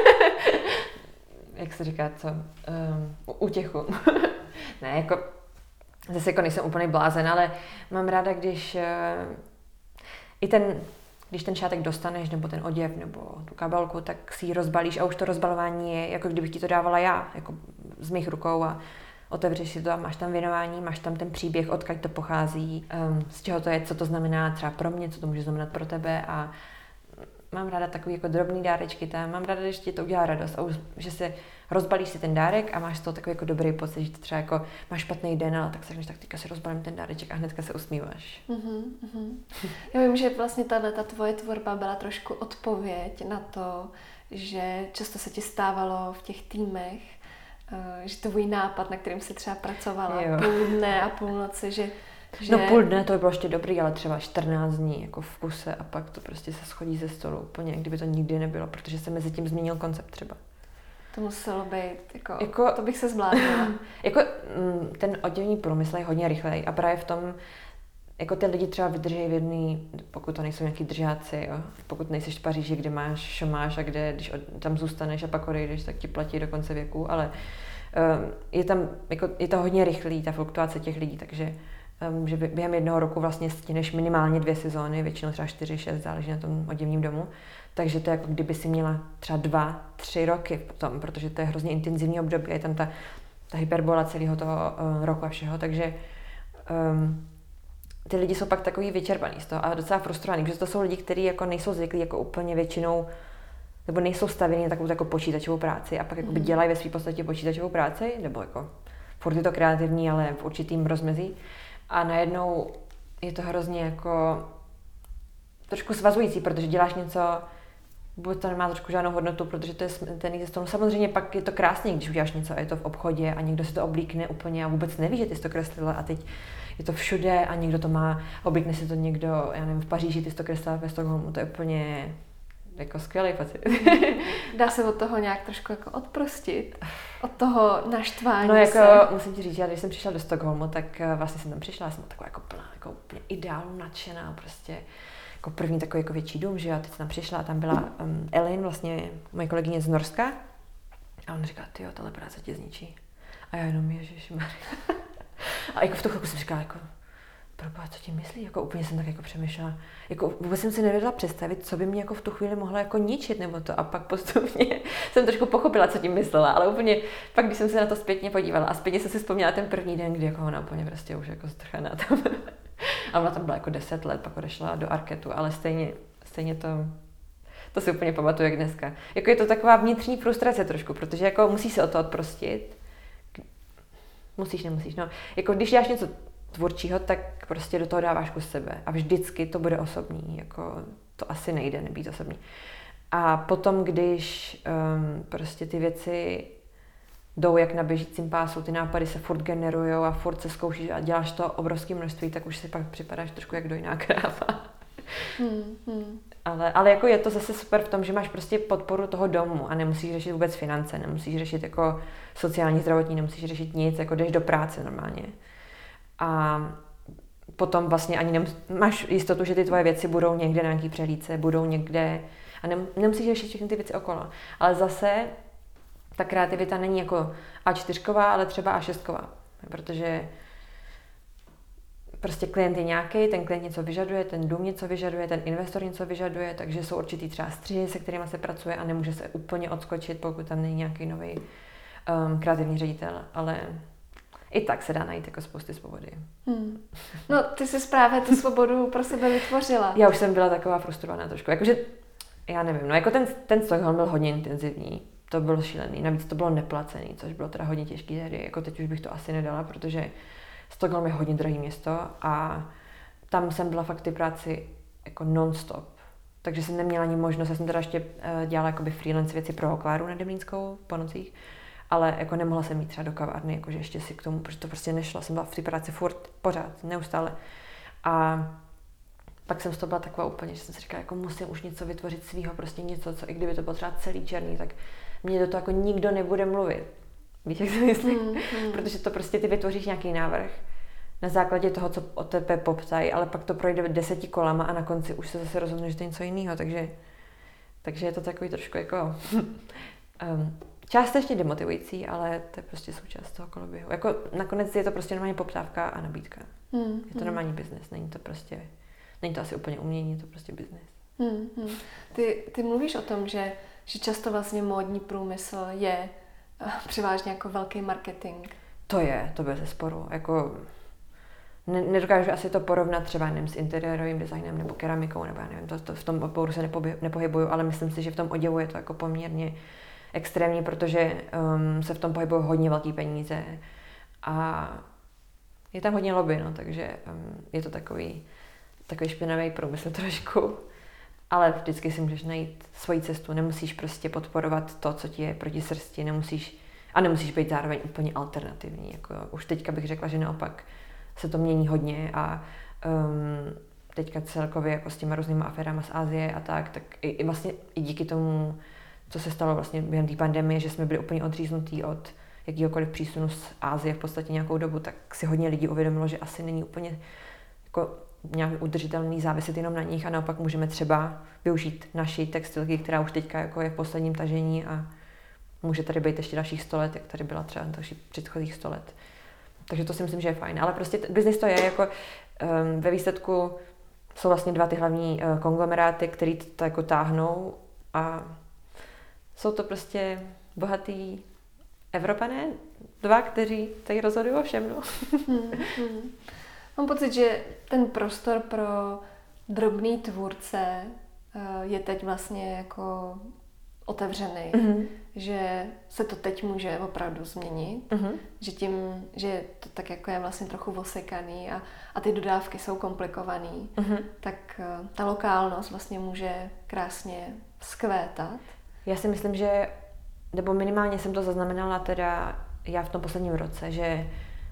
jak se říká, co, um, útěchu. Ne, jako, zase jako nejsem úplný blázen, ale mám ráda, když uh, i ten, když ten šátek dostaneš, nebo ten oděv, nebo tu kabelku, tak si ji rozbalíš a už to rozbalování je, jako kdybych ti to dávala já, jako z mých rukou a otevřeš si to a máš tam věnování, máš tam ten příběh, odkud to pochází, um, z čeho to je, co to znamená třeba pro mě, co to může znamenat pro tebe a mám ráda takový jako drobný dárečky tam, mám ráda, když ti to udělá radost a už, že se rozbalíš si ten dárek a máš z toho takový jako dobrý pocit, že třeba jako máš špatný den, ale tak se řekneš, tak teďka si rozbalím ten dáreček a hnedka se usmíváš. Uh-huh, uh-huh. Já vím, že vlastně tato ta tvoje tvorba byla trošku odpověď na to, že často se ti stávalo v těch týmech, že tvůj nápad, na kterým jsi třeba pracovala jo. půl dne a půl noci, že Že... No půl dne to by bylo ještě dobrý, ale třeba čtrnáct dní jako v kuse a pak to prostě se schodí ze stolu úplně, kdyby to nikdy nebylo, protože se mezi tím změnil koncept třeba. To muselo být, jako, jako to bych se zvládla. Jako ten oděvní průmysl je hodně rychlej a právě v tom, jako ty lidi třeba vydrží v jedný, pokud to nejsou nějaký držáci, jo? Pokud nejseš v Paříži, kde máš šomáž a kde, když tam zůstaneš a pak odejdeš, tak ti platí do konce věku, ale um, je tam, jako, je to hodně rychlý, ta fluktuace těch lidí, takže Um, že během jednoho roku vlastně stíneš minimálně dvě sezóny, většinou třeba čtyři, šest, záleží na tom oděvním domu. Takže to je jako kdyby si měla třeba dva, tři roky potom, protože to je hrozně intenzivní období, je tam ta, ta hyperbola celého toho uh, roku a všeho, takže um, ty lidi jsou pak takový vyčerpaný z toho a docela frustrovaný, protože to jsou lidi, kteří jako nejsou zvyklí jako úplně většinou, nebo nejsou stavěni na takovou jako počítačovou práci a pak jako by dělají ve své podstatě počítačovou práci, nebo jako furt je to kreativní, ale v určitým rozmezí. A najednou je to hrozně jako trošku svazující, protože děláš něco, buď to nemá trošku žádnou hodnotu, protože to je ten z toho. Samozřejmě pak je to krásně, když uděláš něco a je to v obchodě a někdo si to oblíkne úplně a vůbec neví, že ty jsi to kreslila a teď je to všude a někdo to má, oblíkne si to někdo, já nevím, v Paříži, ty jsi to kreslila ve Stockholmu, to je úplně jako skvělý pocit. Dá se od toho nějak trošku jako odprostit, od toho naštvání No jako se. musím ti říct, já když jsem přišla do Stockholmu, tak vlastně jsem tam přišla, já jsem taková jako plná, jako úplně ideálně nadšená, prostě jako první takový jako větší dům, že já teď jsem tam přišla a tam byla um, Elin, vlastně moje kolegyně z Norska a on říkal, tyjo, tahle práce tě zničí. A já jenom, ježišmarja. A jako v tu chvilku jsem říkala, jako proboha, co tím myslí? Jako úplně jsem tak jako přemýšlela. Jako vůbec jsem si nevěděla představit, co by mě jako v tu chvíli mohlo jako ničit nebo to. A pak postupně jsem trošku pochopila, co tím myslela, ale úplně pak, když jsem se na to zpětně podívala a zpětně jsem si vzpomněla ten první den, kdy jako ona úplně prostě už jako strchaná tam. A ona tam byla jako deset let, pak odešla do Arketu, ale stejně, stejně to, to si úplně pamatuju jak dneska. Jako je to taková vnitřní frustrace trošku, protože jako musíš se o to odprostit. Musíš, nemusíš, no. Jako když děláš něco tvůrčího, tak prostě do toho dáváš kus sebe a vždycky to bude osobní, jako to asi nejde nebýt osobní. A potom, když um, prostě ty věci jdou jak na běžícím pásu, ty nápady se furt generujou a furt se zkoušíš a děláš to obrovské množství, tak už si pak připadáš trošku jak dojná kráva. Hmm, hmm. Ale, ale jako je to zase super v tom, že máš prostě podporu toho domu a nemusíš řešit vůbec finance, nemusíš řešit jako sociální, zdravotní, nemusíš řešit nic, jako jdeš do práce normálně. A potom vlastně ani nemus- máš jistotu, že ty tvoje věci budou někde na nějaký přehlídce, budou někde a nem- nemusíš řešit všechny ty věci okolo. Ale zase ta kreativita není jako á čtyřková, ale třeba á šestková, protože prostě klient je nějaký, ten klient něco vyžaduje, ten dům něco vyžaduje, ten investor něco vyžaduje, takže jsou určitý třeba střihy, se kterými se pracuje a nemůže se úplně odskočit, pokud tam není nějaký nový um, kreativní ředitel, ale i tak se dá najít jako spousty svobody. Hmm. No, ty jsi právě tu svobodu pro sebe vytvořila. Já už jsem byla taková frustrovaná trošku, jakože, já nevím, no jako ten, ten Stockholm byl hodně intenzivní, to bylo šílený, navíc to bylo neplacený, což bylo teda hodně těžký tehdy, jako teď už bych to asi nedala, protože Stockholm je hodně drahý město a tam jsem byla fakt ty práci jako non-stop, takže jsem neměla ani možnost, já jsem teda ještě dělala jakoby freelance věci pro Kláru Nedemlínskou po nocích, ale jako nemohla jsem jít třeba do kavárny, jakože ještě si k tomu, protože to prostě nešlo, jsem byla v té práci furt, pořád, neustále. A pak jsem z toho byla taková úplně, že jsem si říkala, jako musím už něco vytvořit svýho, prostě něco, co i kdyby to bylo třeba celý černý, tak mě do toho jako nikdo nebude mluvit. Víš, jak to myslím? Mm, mm. Protože to prostě ty vytvoříš nějaký návrh na základě toho, co o tebe poptají, ale pak to projde deseti kolama a na konci už se zase rozhodne, že to je něco jiného, takže, takže je to takový trošku jako um, částečně demotivující, ale to je prostě součást toho koloběhu. Jako nakonec je to prostě normální poptávka a nabídka. Mm, je to normální biznes, není to prostě, není to asi úplně umění, je to prostě biznes. Mm, mm. Ty, ty mluvíš o tom, že, že často vlastně módní průmysl je převážně jako velký marketing. To je, to bez zesporu. Jako ne, nedokážu asi to porovnat třeba nevím, s interiérovým designem nebo keramikou, nebo já nevím, to, to v tom oboru se nepoby, nepohybuju, ale myslím si, že v tom oděvu je to jako poměrně extrémní, protože um, se v tom pohybují hodně velký peníze a je tam hodně lobby, no, takže um, je to takový, takový špinavý průmysl trošku, ale vždycky si můžeš najít svoji cestu, nemusíš prostě podporovat to, co ti je proti srsti, nemusíš, a nemusíš být zároveň úplně alternativní, jako už teďka bych řekla, že naopak se to mění hodně a um, teďka celkově jako s těma různýma aférama z Asie a tak, tak i, i vlastně i díky tomu, co se stalo vlastně během té pandemie, že jsme byli úplně odříznutí od jakýhokoliv přísunu z Asie v podstatě nějakou dobu, tak si hodně lidí uvědomilo, že asi není úplně jako nějak udržitelný záviset jenom na nich a naopak můžeme třeba využít naší textilky, která už teďka jako je v posledním tažení a může tady být ještě dalších sto let, jak tady byla třeba další předchozích sto let. Takže to si myslím, že je fajn. Ale prostě biznis to je jako um, ve výsledku jsou vlastně dva ty hlavní uh, konglomeráty, který to, to jako táhnou a jsou to prostě bohatý Evropané, dva, kteří tady rozhodují o všem. No. hmm, hmm. Mám pocit, že ten prostor pro drobný tvůrce uh, je teď vlastně jako otevřený, mm-hmm. že se to teď může opravdu změnit, mm-hmm. že tím, že to tak jako je vlastně trochu osekaný a, a ty dodávky jsou komplikovaný, mm-hmm. tak uh, ta lokálnost vlastně může krásně vzkvétat. Já si myslím, že, nebo minimálně jsem to zaznamenala teda já v tom posledním roce, že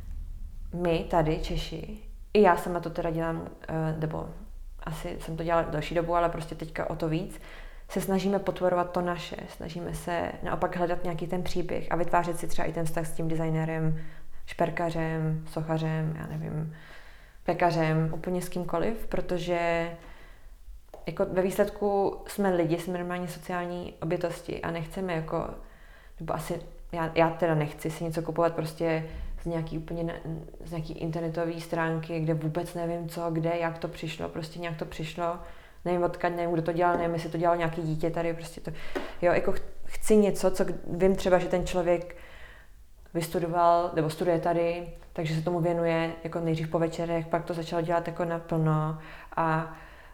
my tady, Češi, i já sama to teda dělám, uh, nebo asi jsem to dělala další dobu, ale prostě teďka o to víc, se snažíme potvorovat to naše, snažíme se naopak hledat nějaký ten příběh a vytvářet si třeba i ten vztah s tím designérem, šperkařem, sochařem, já nevím, pekařem, úplně s kýmkoliv, protože jako ve výsledku jsme lidi, jsme normálně sociální obětosti a nechceme jako, nebo asi, já, já teda nechci si něco kupovat prostě z nějaký úplně ne, z nějaký internetové stránky, kde vůbec nevím co, kde, jak to přišlo, prostě nějak to přišlo. Nevím odkud, nevím, kdo to dělal, nevím, jestli to dělal nějaký dítě tady, prostě to, jo, jako chci něco, co vím třeba, že ten člověk vystudoval, nebo studuje tady, takže se tomu věnuje jako nejdřív po večerech, pak to začal dělat jako naplno a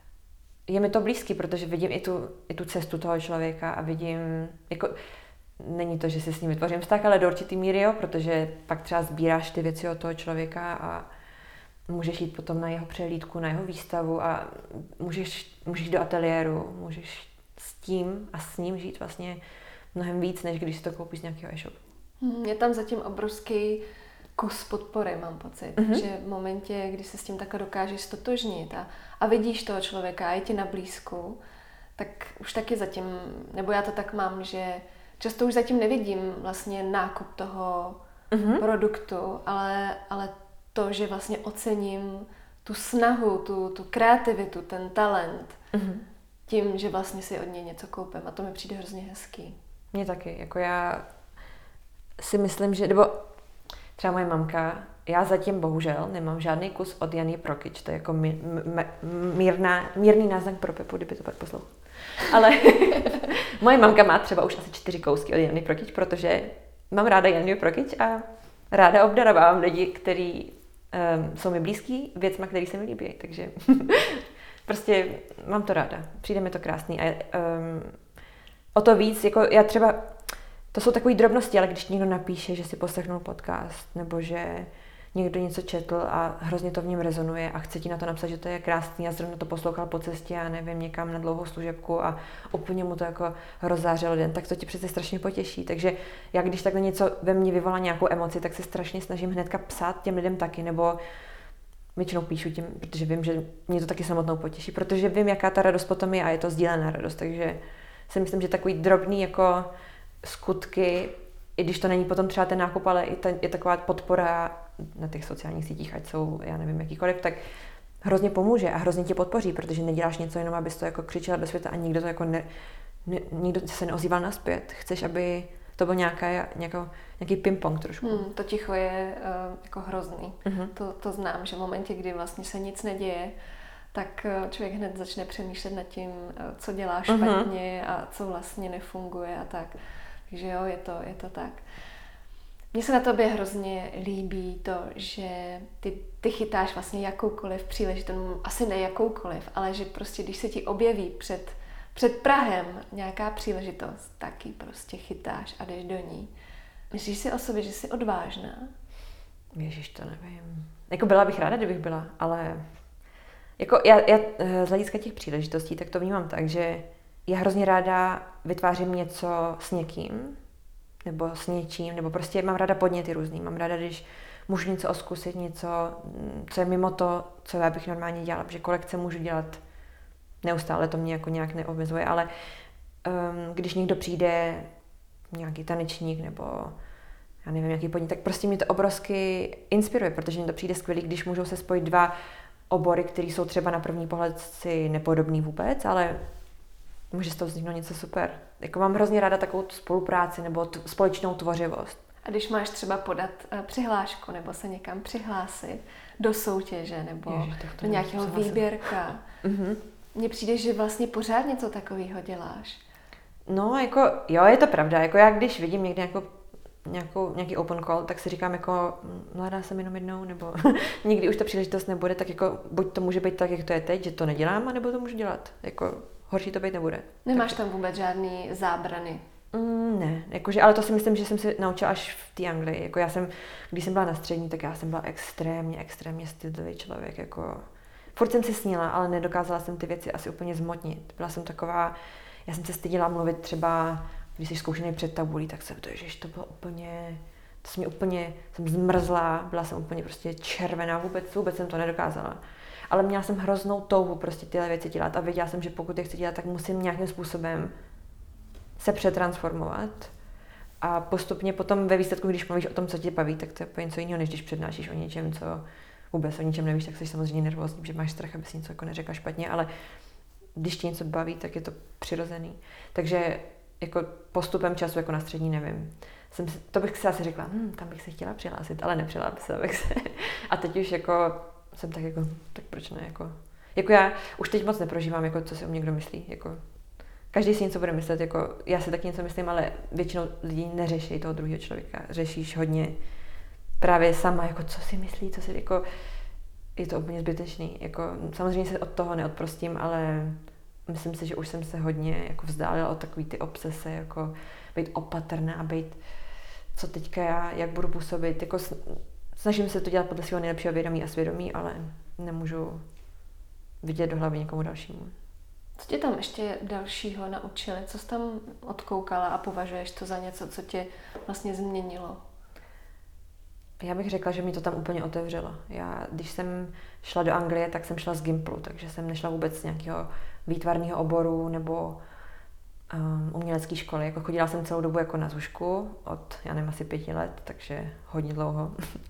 je mi to blízký, protože vidím i tu, i tu cestu toho člověka a vidím, jako není to, že si s ním vytvořím vztah, ale do určitý míry, jo, protože pak třeba sbíráš ty věci od toho člověka a můžeš jít potom na jeho přehlídku, na jeho výstavu a můžeš, můžeš do ateliéru, můžeš s tím a s ním žít vlastně mnohem víc, než když si to koupíš z nějakého e-shopu. Je tam zatím obrovský kus podpory, mám pocit, mm-hmm. že v momentě, kdy se s tím takhle dokážeš stotožnit a, a vidíš toho člověka a je ti na blízku, tak už taky zatím, nebo já to tak mám, že často už zatím nevidím vlastně nákup toho mm-hmm. produktu, ale, ale to, že vlastně ocením tu snahu, tu, tu kreativitu, ten talent, mm-hmm. tím, že vlastně si od něj něco koupím. A to mi přijde hrozně hezký. Mně taky. Jako já si myslím, že, nebo třeba moje mamka, já zatím bohužel nemám žádný kus od Jany Prokyč. To je jako mi, m, mírná, mírný náznak pro Pepu, kdyby to pak poslouchal. Ale moje mamka má třeba už asi čtyři kousky od Jany Prokyč, protože mám ráda Janu Prokyč a ráda obdarovávám lidi, kteří um, jsou mi blízký věcma, který se mi líbí, takže prostě mám to ráda. Přijde mi to krásný a um, o to víc, jako já třeba, to jsou takové drobnosti, ale když někdo napíše, že si poslechnul podcast, nebo že někdo něco četl a hrozně to v něm rezonuje a chce ti na to napsat, že to je krásný a zrovna to poslouchal po cestě a nevím, někam na dlouhou služebku a úplně mu to jako rozzářilo den, tak to ti přece strašně potěší. Takže já když takhle něco ve mně vyvolá nějakou emoci, tak se strašně snažím hnedka psát těm lidem taky, nebo většinou píšu tím, protože vím, že mě to taky samotnou potěší, protože vím, jaká ta radost potom je a je to sdílená radost, takže si myslím, že takový drobný jako skutky, i když to není potom třeba ten nákup, ale i ta, je taková podpora na těch sociálních sítích, ať jsou, já nevím, jakýkoliv, tak hrozně pomůže a hrozně tě podpoří, protože neděláš něco jenom, abys to jako křičela do světa a nikdo to jako ne, ne, nikdo se neozýval nazpět. Chceš, aby to byl nějaká, nějakou, nějaký ping-pong trošku. Hmm, to ticho je uh, jako hrozný. Uh-huh. To, to znám, že v momentě, kdy vlastně se nic neděje, tak člověk hned začne přemýšlet nad tím, co dělá špatně uh-huh. a co vlastně nefunguje a tak. Takže jo, je to, je to tak. Mně se na tobě hrozně líbí to, že ty, ty chytáš vlastně jakoukoliv příležitost, asi ne jakoukoliv, ale že prostě když se ti objeví před, před Prahem nějaká příležitost, tak ji prostě chytáš a jdeš do ní. Myslíš si o sobě, že jsi odvážná? Ježiš, to nevím. Jako byla bych ráda, kdybych byla, ale jako já, já z hlediska těch příležitostí, tak to vnímám tak, že já hrozně ráda vytvářím něco s někým, nebo s něčím, nebo prostě mám ráda podněty různý. Mám ráda, když můžu něco oskusit, něco, co je mimo to, co já bych normálně dělala, protože kolekce můžu dělat neustále, to mě jako nějak neomezuje, ale um, když někdo přijde, nějaký tanečník, nebo já nevím, jaký podnik, tak prostě mě to obrovsky inspiruje, protože mi to přijde skvělý, když můžou se spojit dva obory, které jsou třeba na první pohled si nepodobný vůbec, ale může z toho vzniknout něco super. Jako mám hrozně ráda takovou tu spolupráci nebo tu společnou tvořivost. A když máš třeba podat uh, přihlášku nebo se někam přihlásit do soutěže nebo Ježiš, do nějakého výběrka, mm-hmm. mně přijde, že vlastně pořád něco takového děláš. No, jako jo, je to pravda. Jako já když vidím někde nějakou, nějakou, nějaký open call, tak si říkám jako mladá jsem jenom jednou, nebo nikdy už ta příležitost nebude, tak jako buď to může být tak, jak to je teď, že to nedělám, anebo to můžu dělat. Jako horší to být nebude. Nemáš tak... tam vůbec žádný zábrany? Mm, ne, jakože, ale to si myslím, že jsem si naučila až v té Anglii. Jako já jsem, když jsem byla na střední, tak já jsem byla extrémně, extrémně stydlivý člověk. Jako, furt jsem si snila, ale nedokázala jsem ty věci asi úplně zmotnit. Byla jsem taková, já jsem se stydila mluvit třeba, když jsi zkoušený před tabulí, tak jsem to, ježiš, to bylo úplně, to jsem mě úplně, jsem zmrzla, byla jsem úplně prostě červená, vůbec, vůbec jsem to nedokázala. Ale měla jsem hroznou touhu prostě tyhle věci dělat a věděla jsem, že pokud je chci dělat, tak musím nějakým způsobem se přetransformovat. A postupně potom ve výsledku, když mluvíš o tom, co tě baví, tak to je něco jiného, než když přednášíš o něčem, co vůbec o ničem nevíš, tak jsi samozřejmě nervózní, že máš strach, aby si něco jako neřekla špatně, ale když tě něco baví, tak je to přirozený. Takže jako postupem času, jako na střední, nevím. Jsem, to bych si asi řekla, hm, tam bych se chtěla přihlásit, ale nepřihlásil bych se. A teď už jako jsem tak jako, tak proč ne, jako. Jako já už teď moc neprožívám, jako co si o mě kdo myslí, jako. Každý si něco bude myslet, jako já si taky něco myslím, ale většinou lidí neřeší toho druhého člověka. Řešíš hodně právě sama, jako co si myslí, co si, jako je to úplně zbytečný. Jako, samozřejmě se od toho neodprostím, ale myslím si, že už jsem se hodně jako vzdálila od takový ty obsese, jako být opatrná, být, co teďka já, jak budu působit, jako snažím se to dělat podle svého nejlepšího vědomí a svědomí, ale nemůžu vidět do hlavy někomu dalšímu. Co tě tam ještě dalšího naučili? Co jsi tam odkoukala a považuješ to za něco, co tě vlastně změnilo? Já bych řekla, že mi to tam úplně otevřelo. Já, když jsem šla do Anglie, tak jsem šla z Gimplu, takže jsem nešla vůbec z nějakého výtvarného oboru nebo um, umělecké školy. Jako chodila jsem celou dobu jako na zušku od, já nevím, asi pěti let, takže hodně dlouho.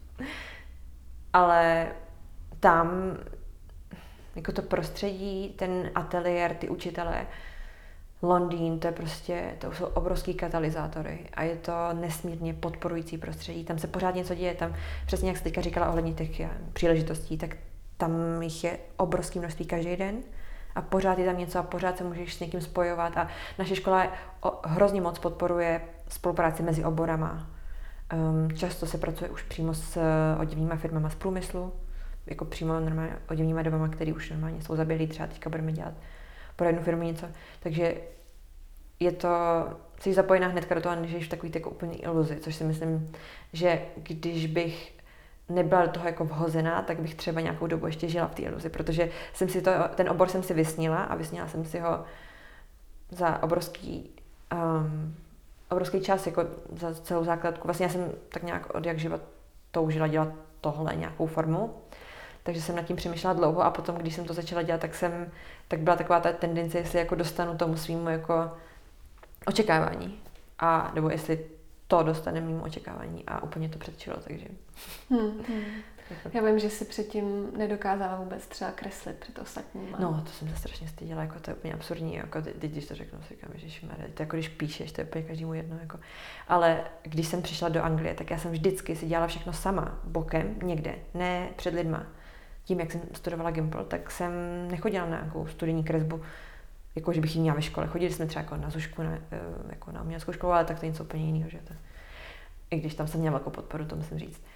Ale tam jako to prostředí, ten ateliér, ty učitelé, Londýn, to je prostě, to jsou obrovský katalyzátory a je to nesmírně podporující prostředí. Tam se pořád něco děje, tam přesně jak jsi teďka říkala ohledně těch příležitostí, tak tam jich je obrovský množství každý den a pořád je tam něco a pořád se můžeš s někým spojovat a naše škola hrozně moc podporuje spolupráci mezi oborama. Um, často se pracuje už přímo s oděvníma firmama z průmyslu, jako přímo normálně oděvníma dobama, které už normálně jsou zaběhlí, třeba teďka budeme dělat pro jednu firmu něco. Takže je to, jsi zapojená hnedka do toho, než jsi v takový jako úplně iluzi, což si myslím, že když bych nebyla do toho jako vhozená, tak bych třeba nějakou dobu ještě žila v té iluzi, protože jsem si to, ten obor jsem si vysnila a vysnila jsem si ho za obrovský, um, obrovský čas, jako za celou základku. Vlastně já jsem tak nějak od jak živa toužila dělat tohle nějakou formu. Takže jsem nad tím přemýšlela dlouho a potom, když jsem to začala dělat, tak jsem, tak byla taková ta tendence, jestli jako dostanu tomu svýmu jako očekávání. A nebo jestli to dostane mému očekávání a úplně to předčilo, takže. Hmm, hmm. Já vím, že si předtím nedokázala vůbec třeba kreslit před ostatníma. No, to jsem se strašně styděla, jako to je úplně absurdní, jako teď, když to řeknu, si říkám, ježišmarja, to jako když píšeš, to je úplně každému jedno, jako. Ale když jsem přišla do Anglie, tak já jsem vždycky si dělala všechno sama, bokem, někde, ne před lidma. Tím, jak jsem studovala Gimpl, tak jsem nechodila na nějakou studijní kresbu, jako že bych ji měla ve škole. Chodili jsme třeba jako na zušku, na, jako na uměleckou školu, ale tak to je něco úplně jiného, že to. I když tam jsem měla velkou podporu, to musím říct.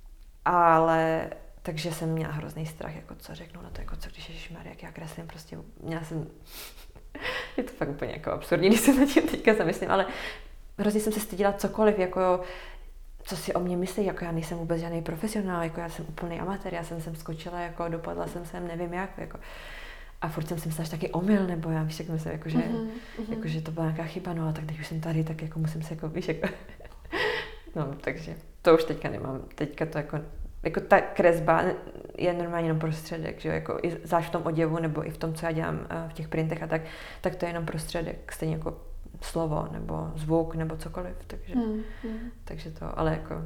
Ale takže jsem měla hrozný strach, jako co řeknu na to, jako co když ježišmarja, jak já kreslím, prostě měla jsem, je to fakt úplně jako absurdní, když se nad tím teďka zamyslím, ale hrozně jsem se styděla cokoliv, jako co si o mě myslí, jako já nejsem vůbec žádný profesionál, jako já jsem úplný amatér, já jsem sem skočila, jako dopadla jsem sem, nevím jak, jako. A furt jsem si myslela, že taky omyl, nebo já víš, jak myslím, jako, že, mm-hmm. jako, že to byla nějaká chyba, no a tak když už jsem tady, tak jako musím se jako, víš, jako, no, takže to už teďka nemám, teďka to jako, jako ta kresba je normálně jenom prostředek, že jo, jako i zvlášť v tom oděvu, nebo i v tom, co já dělám v těch printech a tak, tak to je jenom prostředek, stejně jako slovo, nebo zvuk, nebo cokoliv, takže, mm, mm. takže to, ale jako...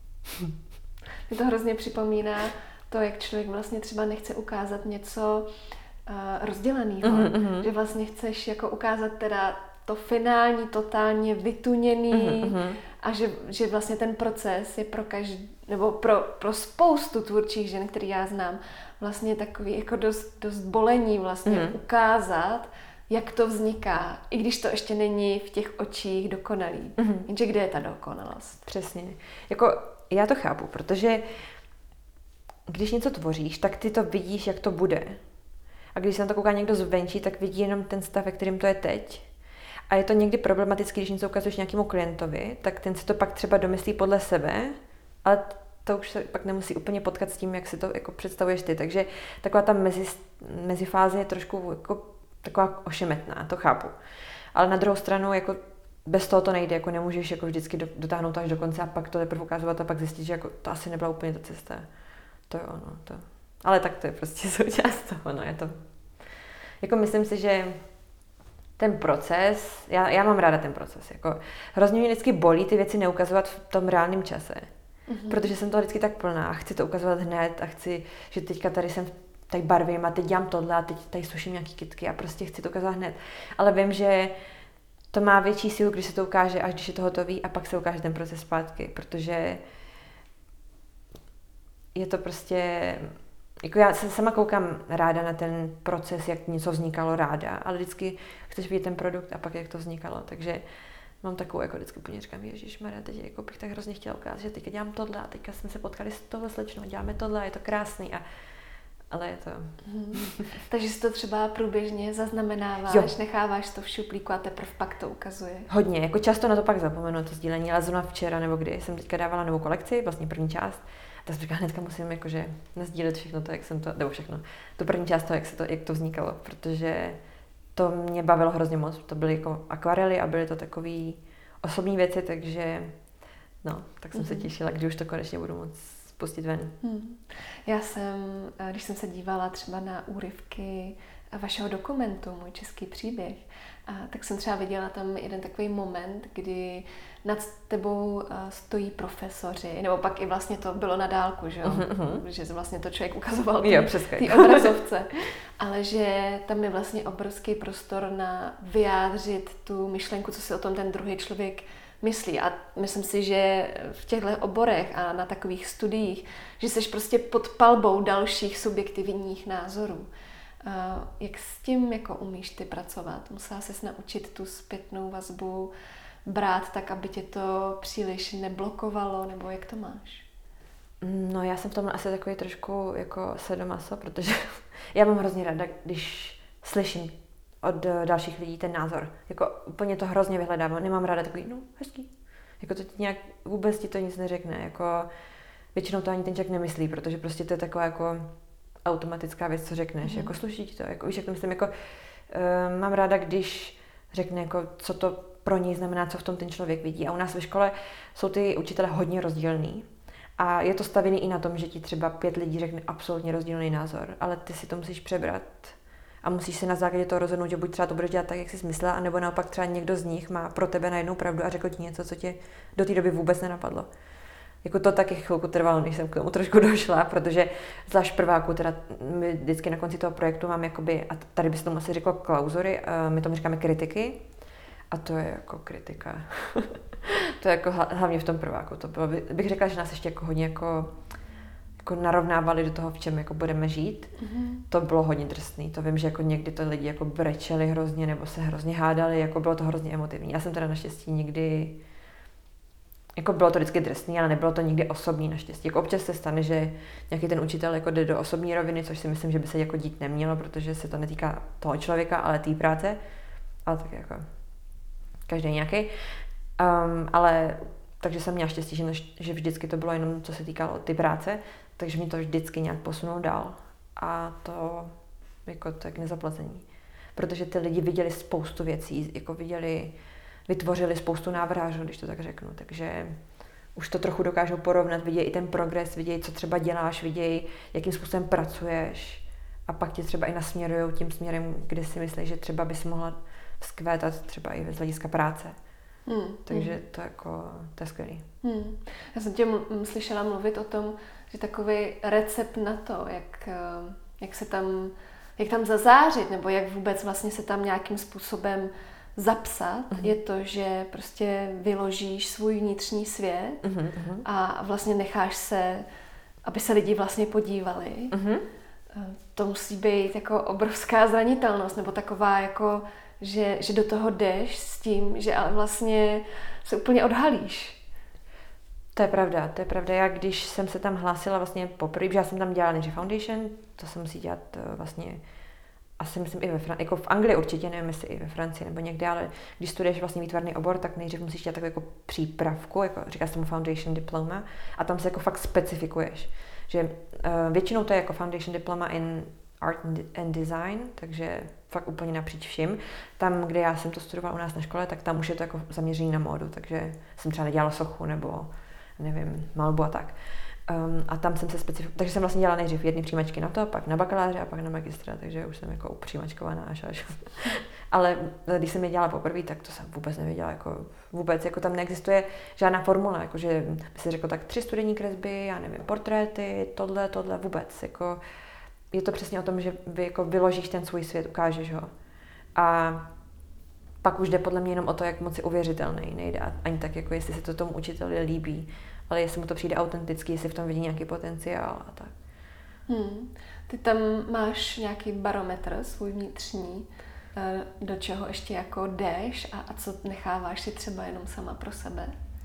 Mě to hrozně připomíná to, jak člověk vlastně třeba nechce ukázat něco uh, rozděleného, mm-hmm. že vlastně chceš jako ukázat teda to finální, totálně vytuněný mm-hmm. a že, že vlastně ten proces je pro každý, nebo pro, pro spoustu tvůrčích žen, který já znám, vlastně takový jako dost, dost bolení vlastně mm-hmm. ukázat, jak to vzniká, i když to ještě není v těch očích dokonalý. Mm-hmm. Jenže kde je ta dokonalost? Přesně. Jako já to chápu, protože když něco tvoříš, tak ty to vidíš, jak to bude. A když se na to kouká někdo zvenčí, tak vidí jenom ten stav, ve kterým to je teď. A je to někdy problematické, když něco ukazuješ nějakému klientovi, tak ten si to pak třeba domyslí podle sebe, ale to už se pak nemusí úplně potkat s tím, jak si to jako představuješ ty. Takže taková ta mezi, mezifáze je trošku jako taková ošemetná, to chápu. Ale na druhou stranu, jako bez toho to nejde, jako nemůžeš jako vždycky dotáhnout až do konce a pak to teprve ukazovat a pak zjistit, že jako to asi nebyla úplně ta cesta. To je ono, to. Ale tak to je prostě součást toho, no je to. Jako myslím si, že ten proces, já, já mám ráda ten proces, jako hrozně mě vždycky bolí ty věci neukazovat v tom reálném čase. Mm-hmm. Protože jsem toho vždycky tak plná a chci to ukazovat hned a chci, že teďka tady jsem tady barvím a teď dělám tohle a teď tady suším nějaký kytky a prostě chci to ukázat hned. Ale vím, že to má větší sílu, když se to ukáže, až když je to hotový a pak se ukáže ten proces zpátky, protože je to prostě, jako já se sama koukám ráda na ten proces, jak něco vznikalo ráda, ale vždycky chceš vidět ten produkt a pak jak to vznikalo, takže mám takovou, jako vždycky úplně říkám, ježišmarja, teď jako bych tak hrozně chtěla ukázat, že teďka dělám tohle a teďka jsme se potkali s tohle slečnou, děláme tohle a je to krásný a ale je to... Hmm. Takže si to třeba průběžně zaznamenáváš, jo. Necháváš to v šuplíku a teprve pak to ukazuje. Hodně, jako často na to pak zapomenu, to sdílení, ale zrovna včera nebo kdy jsem teďka dávala novou kolekci, vlastně první část, tak jsem říkala, hnedka musím jakože nasdílet všechno to, jak jsem to, nebo všechno, tu první část toho, jak, se to, jak to vznikalo, protože to mě bavilo hrozně moc, to byly jako akvarely a byly to takový osobní věci, takže no, tak jsem mm-hmm. se těšila, kdy už to konečně budu moc pustit ven. Hmm. Já jsem, když jsem se dívala třeba na úryvky vašeho dokumentu, Můj český příběh, a tak jsem třeba viděla tam jeden takový moment, kdy nad tebou stojí profesoři, nebo pak i vlastně to bylo na dálku, že jo? Mm-hmm. Že vlastně to člověk ukazoval té obrazovce. Ale že tam je vlastně obrovský prostor na vyjádřit tu myšlenku, co si o tom ten druhý člověk myslí. A myslím si, že v těchto oborech a na takových studiích, že jsi prostě pod palbou dalších subjektivních názorů. Jak s tím jako umíš ty pracovat? Musela ses naučit tu zpětnou vazbu brát tak, aby tě to příliš neblokovalo, nebo jak to máš? No já jsem v tom asi takový trošku jako sadomaso, protože já mám hrozně ráda, když slyším od dalších lidí ten názor. Jako úplně to hrozně vyhledávám. Nemám ráda takový, no hezký. Jako to ti nějak, vůbec ti to nic neřekne. Jako většinou to ani ten člověk nemyslí, protože prostě to je taková jako automatická věc, co řekneš. Mm. Jako sluší ti to. Jako, víš, jak to myslím, jako uh, mám ráda, když řekne, jako, co to pro něj znamená, co v tom ten člověk vidí. A u nás ve škole jsou ty učitelé hodně rozdílný. A je to stavěný i na tom, že ti třeba pět lidí řekne absolutně rozdílný názor, ale ty si to musíš přebrat. A musíš se na základě toho rozhodnout, že buď třeba to budeš dělat tak, jak jsi myslela, anebo naopak třeba někdo z nich má pro tebe najednou pravdu a řekl ti něco, co tě do té doby vůbec nenapadlo. Jako to taky chvilku trvalo, než jsem k tomu trošku došla, protože zvlášť prváku, teda my vždycky na konci toho projektu mám jakoby, a tady by se tomu asi řeklo klauzury, my tomu říkáme kritiky, a to je jako kritika. To je jako hlavně v tom prváku. To bylo, bych řekla, že nás ještě jako hodně jako jako narovnávali do toho, v čem jako budeme žít. Mm-hmm. To bylo hodně drsný. To vím, že jako někdy to lidi jako brečeli hrozně nebo se hrozně hádali, jako bylo to hrozně emotivní. Já jsem teda naštěstí nikdy jako bylo to vždycky drsný, ale nebylo to nikdy osobní naštěstí. Jako občas se stane, že nějaký ten učitel jako jde do osobní roviny, což si myslím, že by se jako dít nemělo, protože se to netýká toho člověka, ale té práce. Ale tak jako každý nějaký. Um, ale takže jsem měla štěstí, že, že vždycky to bylo jenom, co se týkalo ty práce, takže mě to vždycky nějak posunulo dál. A to jako tak nezaplacení. Protože ty lidi viděli spoustu věcí, jako viděli, vytvořili spoustu návrhářů, když to tak řeknu. Takže už to trochu dokážou porovnat, vidějí i ten progres, vidějí, co třeba děláš, vidějí, jakým způsobem pracuješ a pak tě třeba i nasměrujou tím směrem, kde si myslíš, že třeba bys mohla vzkvétat třeba i z hlediska práce. Hmm. Takže hmm. to jako, to je skvělý. Hmm. Já jsem tě ml- slyšela mluvit o tom, že takový recept na to, jak, jak se tam, jak tam zazářit, nebo jak vůbec vlastně se tam nějakým způsobem zapsat, uh-huh. je to, že prostě vyložíš svůj vnitřní svět uh-huh. a vlastně necháš se, aby se lidi vlastně podívali. Uh-huh. To musí být jako obrovská zranitelnost, nebo taková jako, že, že do toho jdeš s tím, že ale vlastně se úplně odhalíš. To je pravda, to je pravda. Já když jsem se tam hlásila vlastně poprvé, protože já jsem tam dělala nejdřív foundation, to se musí dělat vlastně asi myslím i ve Francii, jako v Anglii určitě, nevím jestli i ve Francii nebo někde, ale když studuješ vlastně výtvarný obor, tak nejdřív musíš dělat takovou jako přípravku, jako říká se tomu foundation diploma, a tam se jako fakt specifikuješ. Že uh, většinou to je jako foundation diploma in art and design, takže fakt úplně napříč vším. Tam, kde já jsem to studovala u nás na škole, tak tam už je to jako zaměřený na módu, takže jsem třeba nedělala sochu nebo nevím, malbu a tak. Um, a tam jsem se specifikovala, takže jsem vlastně dělala nejdřív jedny přijímačky na to, pak na bakaláře a pak na magistra, takže už jsem jako přijímačkovaná až až. Ale když jsem je dělala poprvé, tak to jsem vůbec nevěděla, jako vůbec, jako tam neexistuje žádná formule, jako že by se řeklo tak tři studijní kresby, já nevím, portréty, tohle, tohle, vůbec, jako je to přesně o tom, že vy jako vyložíš ten svůj svět, ukážeš ho. A pak už jde podle mě jenom o to, jak moc je uvěřitelný, nejde ani tak, jako jestli se to tomu učiteli líbí, ale jestli mu to přijde autenticky, jestli v tom vidí nějaký potenciál a tak. Hmm. Ty tam máš nějaký barometr svůj vnitřní, do čeho ještě jako jdeš a, a co necháváš si třeba jenom sama pro sebe?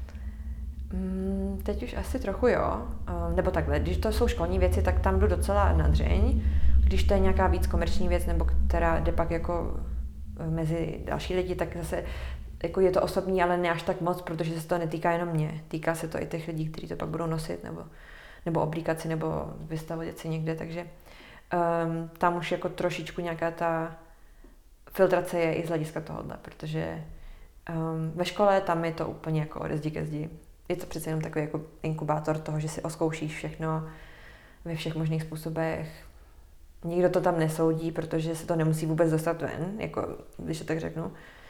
Hmm, teď už asi trochu jo, nebo takhle, když to jsou školní věci, tak tam jdu docela na dřeň, když to je nějaká víc komerční věc, nebo která jde pak jako mezi další lidi, tak zase jako je to osobní, ale ne až tak moc, protože se to netýká jenom mě. Týká se to i těch lidí, kteří to pak budou nosit, nebo, nebo oblíkat si, nebo vystavovat si někde, takže um, tam už jako trošičku nějaká ta filtrace je i z hlediska tohohle, protože um, ve škole tam je to úplně jako ode zdi ke zdi. Je to přece jenom takový jako inkubátor toho, že si oskoušíš všechno ve všech možných způsobech. Nikdo to tam nesoudí, protože se to nemusí vůbec dostat ven, jako když to tak řeknu.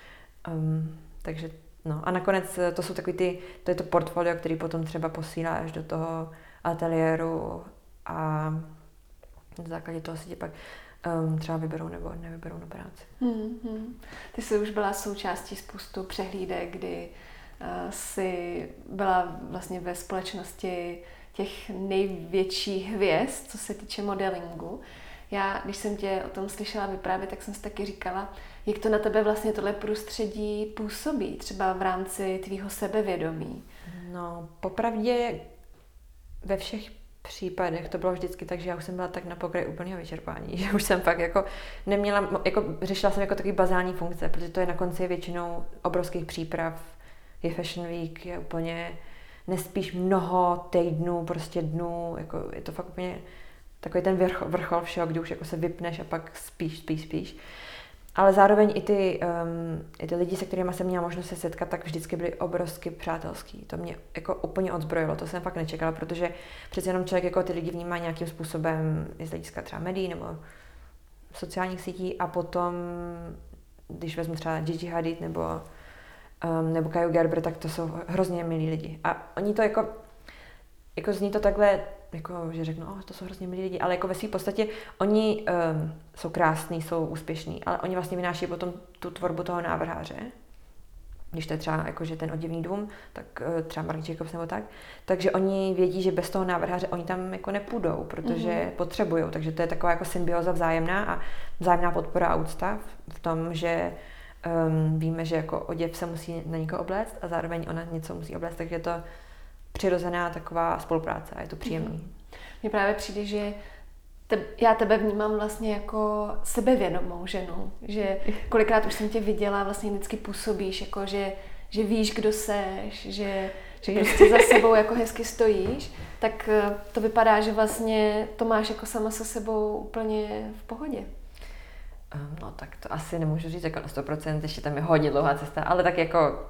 Um, takže no a nakonec to jsou takový ty, to je to portfolio, který potom třeba posíláš do toho ateliéru a na základě toho si tě pak um, třeba vyberou nebo nevyberou na práci. Hmm, hmm. Ty jsi už byla součástí spoustu přehlídek, kdy uh, jsi byla vlastně ve společnosti těch největších hvězd, co se týče modelingu. Já, když jsem tě o tom slyšela vyprávět, tak jsem si taky říkala, jak to na tebe vlastně tohle prostředí působí, třeba v rámci tvýho sebevědomí. No, popravdě ve všech případech to bylo vždycky tak, že já už jsem byla tak na pokraji úplného vyčerpání, že už jsem fakt jako neměla, jako řešila jsem jako takový bazální funkce, protože to je na konci většinou obrovských příprav, je Fashion Week, je úplně, nespíš mnoho týdnů, prostě dnů, jako je to fakt úplně takový ten vrchol, vrchol všeho, kdy už jako se vypneš a pak spíš, spíš, spíš. Ale zároveň i ty, um, i ty lidi, se kterými jsem měla možnost se setkat, tak vždycky byli obrovsky přátelský. To mě jako úplně odzbrojilo, to jsem fakt nečekala, protože přece jenom člověk jako ty lidi vnímá nějakým způsobem i z hlediska třeba médií nebo sociálních sítí a potom, když vezmu třeba Gigi Hadid nebo, um, nebo Kaju Gerber, tak to jsou hrozně milí lidi. A oni to jako, jako zní to takhle, jako, že řeknu, oh, to jsou hrozně milí lidi, ale jako ve své podstatě oni um, jsou krásní, jsou úspěšní, ale oni vlastně vynáší potom tu tvorbu toho návrháře. Když to je třeba jako, že ten oděvní dům, tak uh, třeba Marc Jacobs nebo tak, takže oni vědí, že bez toho návrháře oni tam jako nepůjdou, protože mm-hmm. potřebujou, takže to je taková jako symbioza vzájemná a vzájemná podpora a úcta v tom, že Um, víme, že jako oděv se musí na někoho obléct a zároveň ona něco musí obléct, takže je to přirozená taková spolupráce a je to příjemný. Mně právě přijde, že te, já tebe vnímám vlastně jako sebevědomou ženu, že kolikrát už jsem tě viděla, vlastně vždycky působíš, jako že, že víš, kdo seš, že, že prostě za sebou jako hezky stojíš, tak to vypadá, že vlastně to máš jako sama se sebou úplně v pohodě. Um, no tak to asi nemůžu říct jako na sto procent, ještě tam je hodně dlouhá cesta, ale tak jako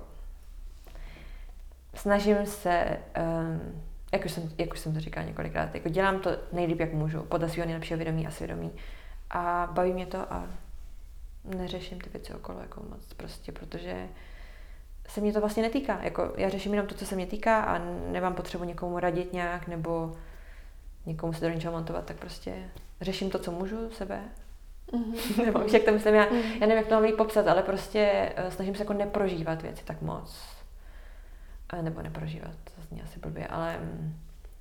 snažím se, um, jak, už jsem, jak už jsem to říkala několikrát, jako dělám to nejlíp, jak můžu, podle svého nejlepšího vědomí a svědomí a baví mě to a neřeším ty věci okolo jako moc prostě, protože se mě to vlastně netýká, jako já řeším jenom to, co se mě týká a nemám potřebu někomu radit nějak nebo někomu se do něčeho montovat, tak prostě řeším to, co můžu, sebe. Mm-hmm. Nebo jak to myslím, já, mm-hmm. já nevím, jak to mám líp popsat, ale prostě uh, snažím se jako neprožívat věci tak moc. Uh, nebo neprožívat, to zní asi blbě, ale... Um...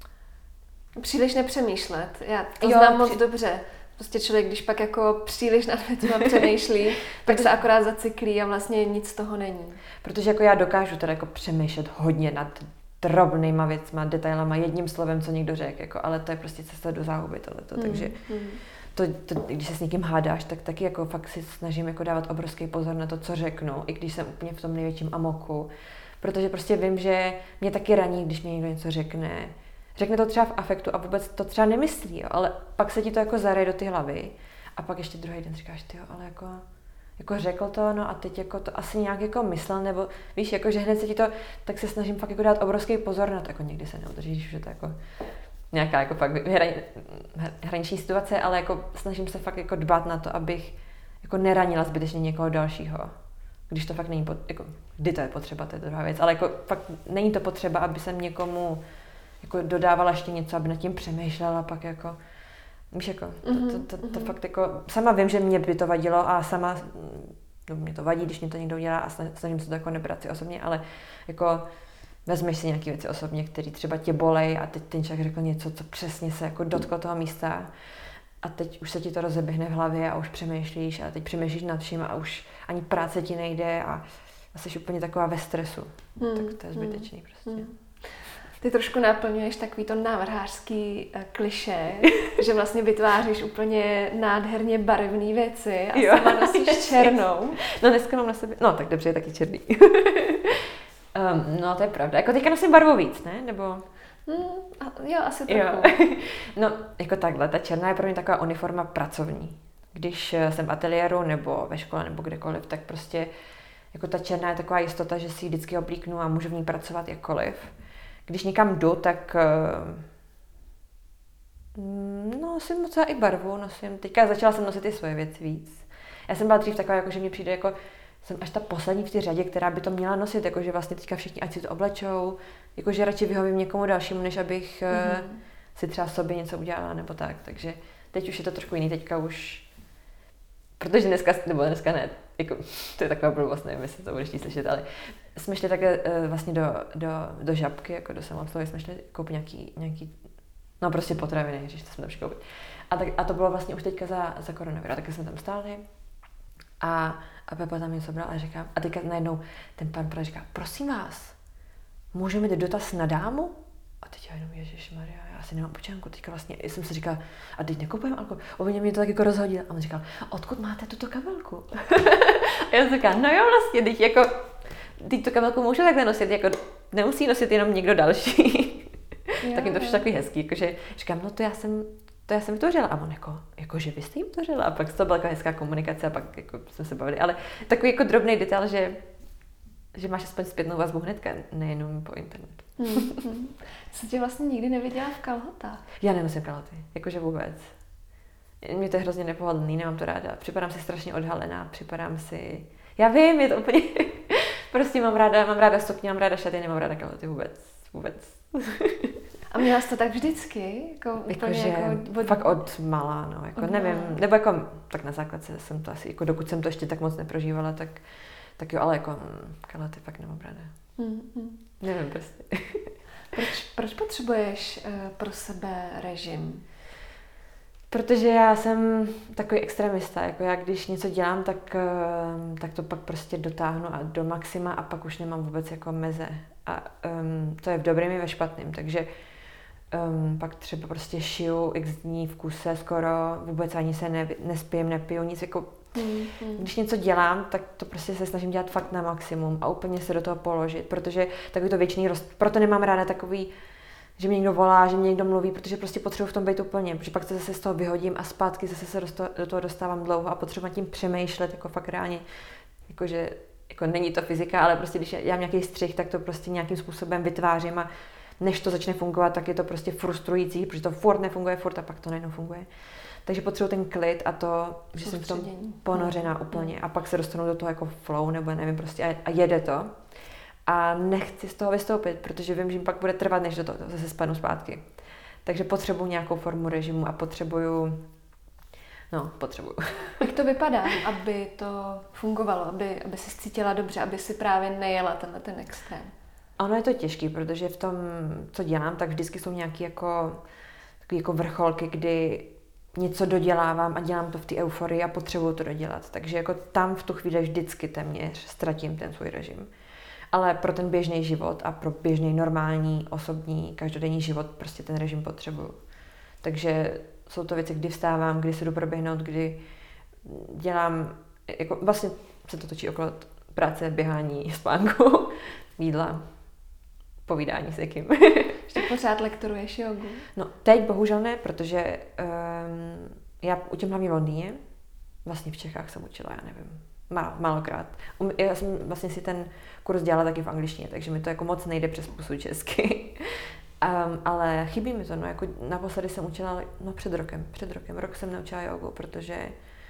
Příliš nepřemýšlet, já to jo, znám moc při... dobře. Prostě člověk, když pak jako příliš nad věcma přemýšlí, tak se akorát zacyklí a vlastně nic z toho není. Protože jako já dokážu teda jako přemýšlet hodně nad drobnýma věcma, detailama, jedním slovem, co někdo řekl, jako, ale to je prostě cesta do záhuby tohleto, mm, takže... Mm. To, to, když se s někým hádáš, tak taky jako fakt si snažím jako dávat obrovský pozor na to, co řeknu, i když jsem úplně v tom největším amoku. Protože prostě vím, že mě taky raní, když mě někdo něco řekne. Řekne to třeba v afektu a vůbec to třeba nemyslí, jo, ale pak se ti to jako zareje do ty hlavy a pak ještě druhý den říkáš, tyjo, ale jako, jako řekl to, no a teď jako to asi nějak jako myslel, nebo víš, jako že hned se ti to, tak se snažím fakt jako dát obrovský pozor na to, jako někdy se neudrží, když už je to jako nějaká jako fakt hraniční situace, ale jako snažím se fakt jako dbát na to, abych jako neranila zbytečně někoho dalšího. Když to fakt není, pot, jako, kdy to je potřeba, to je druhá věc, ale jako fakt není to potřeba, aby jsem někomu jako dodávala ještě něco, aby nad tím přemýšlela, pak jako, víš, jako, to, to, to, to fakt jako, sama vím, že mě by to vadilo a sama, no mě to vadí, když mě to někdo udělá a snažím se to jako nebrat si osobně, ale jako vezmeš si nějaké věci osobně, které třeba tě bolej a teď ten člověk řekl něco, co přesně se jako dotklo toho místa a teď už se ti to rozeběhne v hlavě a už přemýšlíš a teď přemýšlíš nad vším a už ani práce ti nejde a jsi úplně taková ve stresu. Hmm. Tak to je zbytečný hmm. prostě. Hmm. Ty trošku naplňuješ takový to návrhářský uh, klišé, že vlastně vytváříš úplně nádherně barevné věci a jo. sama nosíš černou. No dneska mám na sobě, no tak dobře, je taky černý. Um, no to je pravda. Jako teďka nosím barvu víc, ne? Nebo... Mm, jo, asi trochu. No, jako takhle, ta černá je pro mě taková uniforma pracovní. Když jsem v ateliéru nebo ve škole nebo kdekoliv, tak prostě jako ta černá je taková jistota, že si ji vždycky oblíknu a můžu v ní pracovat jakkoliv. Když někam jdu, tak no, nosím docela i barvu, nosím. Teďka začala jsem nosit i svoje věci víc. Já jsem byla dřív taková, jako, že mi přijde jako jsem až ta poslední v té řadě, která by to měla nosit, jakože vlastně teďka všichni ať si to oblečou, jakože radši vyhovím někomu dalšímu, než abych mm-hmm. uh, si třeba sobě něco udělala nebo tak, takže teď už je to trošku jiný, teďka už, protože dneska, nebo dneska ne, jako, to je taková blbost, nevím, jestli to budeš slyšet, ale jsme šli také uh, vlastně do, do, do Žabky, jako do samoobsluhy, jsme šli koupit nějaký, nějaký, no prostě potraviny, ježiš, to jsme tam šli koupit. A, tak, a to bylo vlastně už teďka za, za koronavira, tak jsme tam stáli a A Pepa tam něco bral a říká, a teďka najednou ten pan Praž říká, prosím vás, můžeme mít dotaz na dámu? A teď já jenom, ježišmarja, já asi nemám počánku, teďka vlastně jsem si říkala, a teď nekupujeme alkohol. Oni mě to tak jako rozhodil. A on říkal, odkud máte tuto kabelku? A já jsem říkala, no jo vlastně, teď jako, teď tu kabelku můžu takhle nosit, jako nemusí nosit jenom někdo další. Tak jim to přišlo takový hezký, jakože říkám, no to já jsem, to já jsem vytvořila. A on jako, jako že vy jste jim vytvořila. A pak to byla taková hezká komunikace a pak jako jsme se bavili. Ale takový jako drobný detail, že, že máš aspoň zpětnou vazbu hnedka, nejenom po internetu. Mm-hmm. Jsem tě vlastně nikdy neviděla v kalhotách. Já nenosím kalhoty, jakože vůbec. Mě to je hrozně nepohodlný, nemám to ráda. Připadám si strašně odhalená, připadám si... Já vím, je to úplně... prostě mám ráda, mám ráda sukně, mám ráda šaty, nemám ráda kalhoty vůbec. Vůbec. A měla jsi to tak vždycky? Jako, jako že jako od... fakt od malá, no, jako od nevím, malá. Nebo jako, tak na základce jsem to asi, jako dokud jsem to ještě tak moc neprožívala, tak, tak jo, ale jako kalhoty fakt nemám ráda. Mm-hmm. Nevím prostě. Proč, proč potřebuješ uh, pro sebe režim? Protože já jsem takový extremista, jako já když něco dělám, tak, tak to pak prostě dotáhnu a do maxima a pak už nemám vůbec jako meze. A um, to je v dobrém i ve špatném, takže um, pak třeba prostě šiju x dní v kuse skoro, vůbec ani se ne, nespím, nepiju, nic jako, mm, mm. Když něco dělám, tak to prostě se snažím dělat fakt na maximum a úplně se do toho položit, protože takový to věčný rost, proto nemám ráda takový, že mě někdo volá, že mě někdo mluví, protože prostě potřebuji v tom být úplně, protože pak se zase z toho vyhodím a zpátky zase se do toho dostávám dlouho a potřebuji nad tím přemýšlet, jako fakt reálně, jakože, jako není to fyzika, ale prostě když já mám nějaký střih, tak to prostě nějakým způsobem vytvářím a než to začne fungovat, tak je to prostě frustrující, protože to furt nefunguje, furt a pak to najednou funguje. Takže potřebuji ten klid a to, že jsem v tom ponořená mm. úplně a pak se dostanu do toho jako flow, nebo nevím prostě a, a jede to. A nechci z toho vystoupit, protože vím, že mi pak bude trvat, než do toho zase spadnu zpátky. Takže potřebuji nějakou formu režimu a potřebuju, no, potřebuju. Jak to vypadá, aby to fungovalo, aby, aby si cítila dobře, aby si právě nejela tenhle ten extrém? Ono je to těžký, protože v tom, co dělám, tak vždycky jsou nějaké jako, takový jako vrcholky, kdy něco dodělávám a dělám to v té euforii a potřebuju to dodělat. Takže jako tam v tu chvíli vždycky téměř ztratím ten svůj režim. Ale pro ten běžný život a pro běžný normální, osobní, každodenní život prostě ten režim potřebuju. Takže jsou to věci, kdy vstávám, kdy se jdu proběhnout, kdy dělám, jako vlastně se to točí okolo práce, běhání, spánku, jídla, povídání s někým. Ještě pořád lektoruješ jogu? No teď bohužel ne, protože um, já učím hlavně v Londýně, vlastně v Čechách jsem učila, já nevím. Má, málokrát. Já jsem vlastně si ten kurz dělala taky v angličtině, takže mi to jako moc nejde přes pusu česky. Um, ale chybí mi to, no jako naposledy jsem učila, no před rokem, před rokem, rok jsem naučila jogu, protože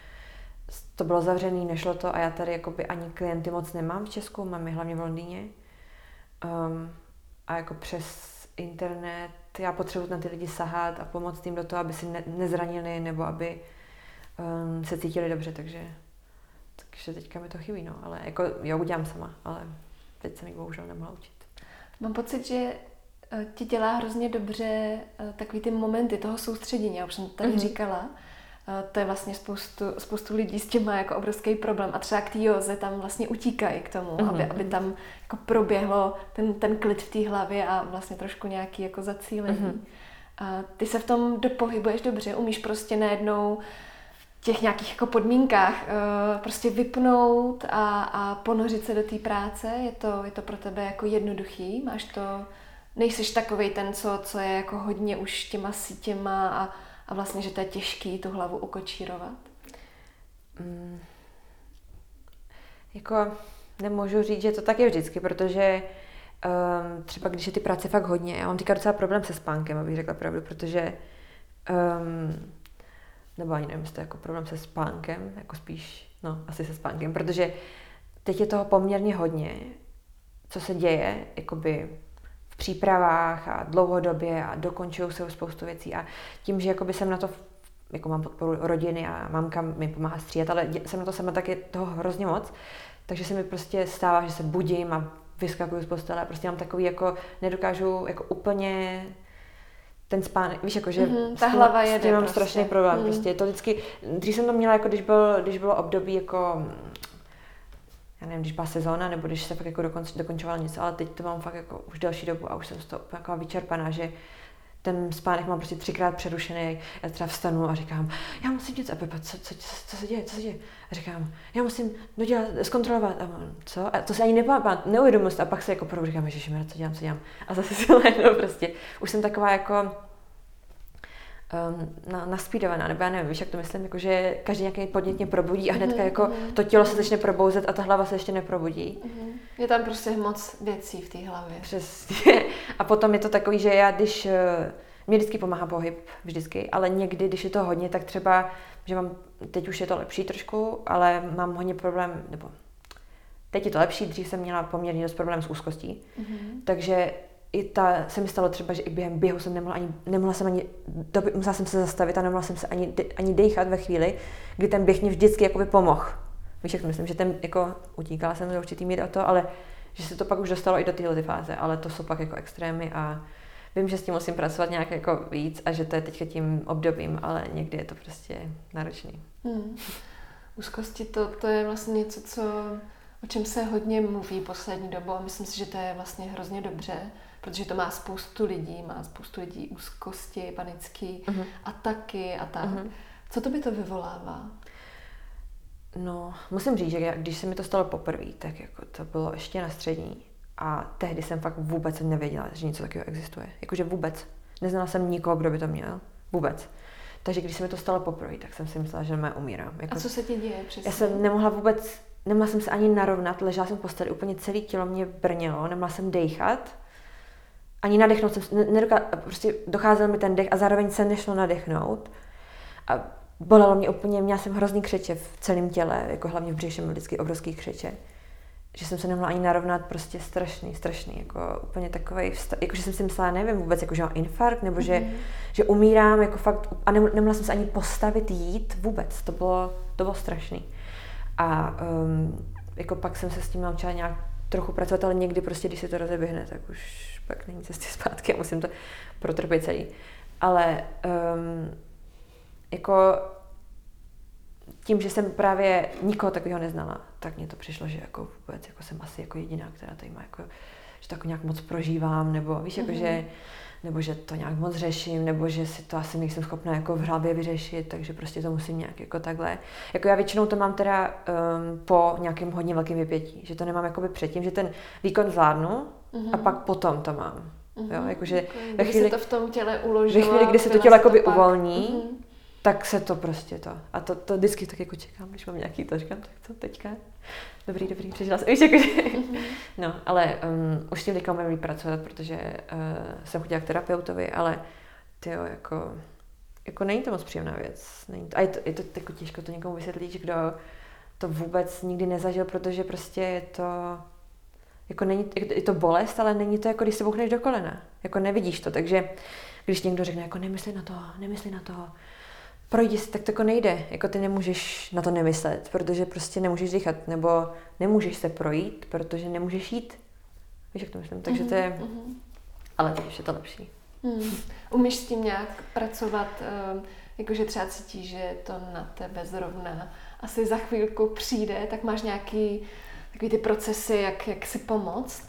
to bylo zavřený, nešlo to a já tady jakoby ani klienty moc nemám v Česku, mám je hlavně v Londýně. Um, a jako přes internet já potřebuji na ty lidi sahat a pomoct jim do toho, aby si ne, nezranili nebo aby um, se cítili dobře, takže Takže teďka mi to chybí, no, ale jako jogu dělám sama, ale teď jsem ji bohužel nemohla učit. Mám pocit, že ti dělá hrozně dobře takový ty momenty toho soustředění, já už jsem tady mm-hmm. říkala, to je vlastně spoustu, spoustu lidí s tím má jako obrovský problém a třeba k té józe tam vlastně utíkají k tomu, mm-hmm. aby, aby tam jako proběhlo ten, ten klid v té hlavě a vlastně trošku nějaký jako zacílení. Mm-hmm. A ty se v tom dopohybuješ dobře, umíš prostě najednou těch nějakých jako podmínkách uh, prostě vypnout a, a ponořit se do té práce? Je to, je to pro tebe jako jednoduchý? Máš to, nejsiš takovej ten, co, co je jako hodně už těma sítěma a, a vlastně, že to je těžký tu hlavu ukočírovat? Mm. Jako nemůžu říct, že to tak je vždycky, protože um, třeba když je ty práce fakt hodně, já mám teďka docela problém se spánkem, abych řekla pravdu, protože um, nebo ani nevím, jestli to je jako problém se spánkem, jako spíš, no, asi se spánkem, protože teď je toho poměrně hodně, co se děje, jakoby v přípravách a dlouhodobě a dokončují se spoustu věcí a tím, že jakoby jsem na to, jako mám podporu rodiny a mamka mi pomáhá stříhat, ale jsem na to sama, tak je toho hrozně moc, takže se mi prostě stává, že se budím a vyskakuju z postele a prostě mám takový, jako nedokážu jako úplně ten spánek, víš, jako, že mm-hmm, ta hlava jede, s tím mám prostě. strašný problém, mm. prostě to vždycky, dřív jsem to měla, jako když, byl, když bylo období, jako, já nevím, když byla sezóna, nebo když se fakt jako dokonč, dokončovala něco, ale teď to mám fakt jako už delší dobu a už jsem z toho jako vyčerpaná, že ten spánek mám prostě třikrát přerušený, já třeba vstanu a říkám, já musím dělat, a Pepa, co, co, co, co se děje, co se děje? A říkám, já musím dodělat, zkontrolovat, a on, co? A to se ani nepamatuji, neuvědomuji a pak se jako prv říkám, ježišmarja, co dělám, co dělám? A zase si lehnu prostě. Už jsem taková jako um, na, naspídovaná, nebo já nevím, víš, jak to myslím, jako, že každý nějaký podnět mě probudí a hnedka jako to tělo se začne probouzet a ta hlava se ještě neprobudí. Mm-hmm. Je tam prostě moc věcí v té hlavě. Přesně. A potom je to takový, že já když, mě vždycky pomáhá pohyb, vždycky, ale někdy, když je to hodně, tak třeba, že mám, teď už je to lepší trošku, ale mám hodně problém, nebo teď je to lepší, dřív jsem měla poměrně dost problém s úzkostí, mm-hmm. takže i ta, se mi stalo třeba, že i během běhu jsem nemohla ani, nemohla jsem ani, doby, musela jsem se zastavit a nemohla jsem se ani, ani dejchat ve chvíli, kdy ten běh mě vždycky jakoby pomohl. Víš, jak myslím, že ten, jako, utíkala jsem do určitý míry o to, ale že se to pak už dostalo i do téhle fáze, ale to jsou pak jako extrémy a vím, že s tím musím pracovat nějak jako víc a že to je teďka tím obdobím, ale někdy je to prostě náročný. Hmm. Úzkosti to, to je vlastně něco, co, o čem se hodně mluví poslední dobou a myslím si, že to je vlastně hrozně dobře, protože to má spoustu lidí, má spoustu lidí úzkosti, panický uh-huh. ataky a tak. Uh-huh. Co to by to vyvolává? No, musím říct, že když se mi to stalo poprvé, tak jako to bylo ještě na střední a tehdy jsem fakt vůbec nevěděla, že něco takového existuje. Jakože vůbec. Neznala jsem nikoho, kdo by to měl. Vůbec. Takže když se mi to stalo poprvé, tak jsem si myslela, že mě umírám. Jako, a co se ti děje přesně? Já jsem nemohla vůbec, nemohla jsem se ani narovnat, ležela jsem v posteli, úplně celé tělo mě brnělo, nemohla jsem dejchat. Ani nadechnout jsem, nedoká, prostě docházel mi ten dech a zároveň se nešlo nadechnout. A bolelo mě úplně, měla jsem hrozný křeče v celém těle, jako hlavně v břiše měl vždycky obrovský křeče. Že jsem se nemohla ani narovnat, prostě strašný, strašný, jako úplně takovej, jako že jsem si myslela, nevím vůbec, jako že mám infarkt, nebo že, mm-hmm. že umírám, jako fakt, a nemohla jsem se ani postavit, jít, vůbec, to bylo, to bylo strašný. A um, jako pak jsem se s tím naučila nějak trochu pracovat, ale někdy prostě, když se to rozeběhne, tak už pak není cesty zpátky a musím to protrpět celý. Ale um, jako tím, že jsem právě nikoho takového neznala, tak mně to přišlo, že jako vůbec jako jsem asi jako jediná, která tady má, jako, že to jako nějak moc prožívám, nebo víš, mm-hmm. jako, že, nebo že to nějak moc řeším, nebo že si to asi nejsem schopná jako v hlavě vyřešit, takže prostě to musím nějak jako takhle. Jako já většinou to mám teda um, po nějakém hodně velkém vypětí, že to nemám jakoby předtím, že ten výkon zvládnu mm-hmm. a pak potom to mám. Mm-hmm. Jo, jakože okay. ve chvíli, se to v tom těle uložilo, ve chvíli, kdy se to tělo jakoby pak... uvolní, mm-hmm. tak se to prostě to. A to, to vždycky tak jako čekám, když mám nějaký to, říkám, tak co teďka? Dobrý, dobrý, přežila jsem. Víš, jakože... Mm-hmm. No, ale um, už s tím teďka umím pracovat, protože uh, jsem chodila k terapeutovi, ale tyjo, jako, jako není to moc příjemná věc. Není to, a je to, je to jako těžko to někomu vysvětlit, kdo to vůbec nikdy nezažil, protože prostě je to, jako není, je to bolest, ale není to jako když se bouchneš do kolena. Jako nevidíš to, takže když někdo řekne, jako nemysli na to, nemysli na to, projdi si, tak to jako nejde. Jako ty nemůžeš na to nemyslet, protože prostě nemůžeš dýchat, nebo nemůžeš se projít, protože nemůžeš jít. Víš, jak to myslím? Takže to je... Mm-hmm. Ale teď už je to lepší. Mm. Umíš s tím nějak pracovat, jakože třeba cítíš, že to na tebe zrovna asi za chvílku přijde, tak máš nějaký takový ty procesy, jak, jak si pomoct?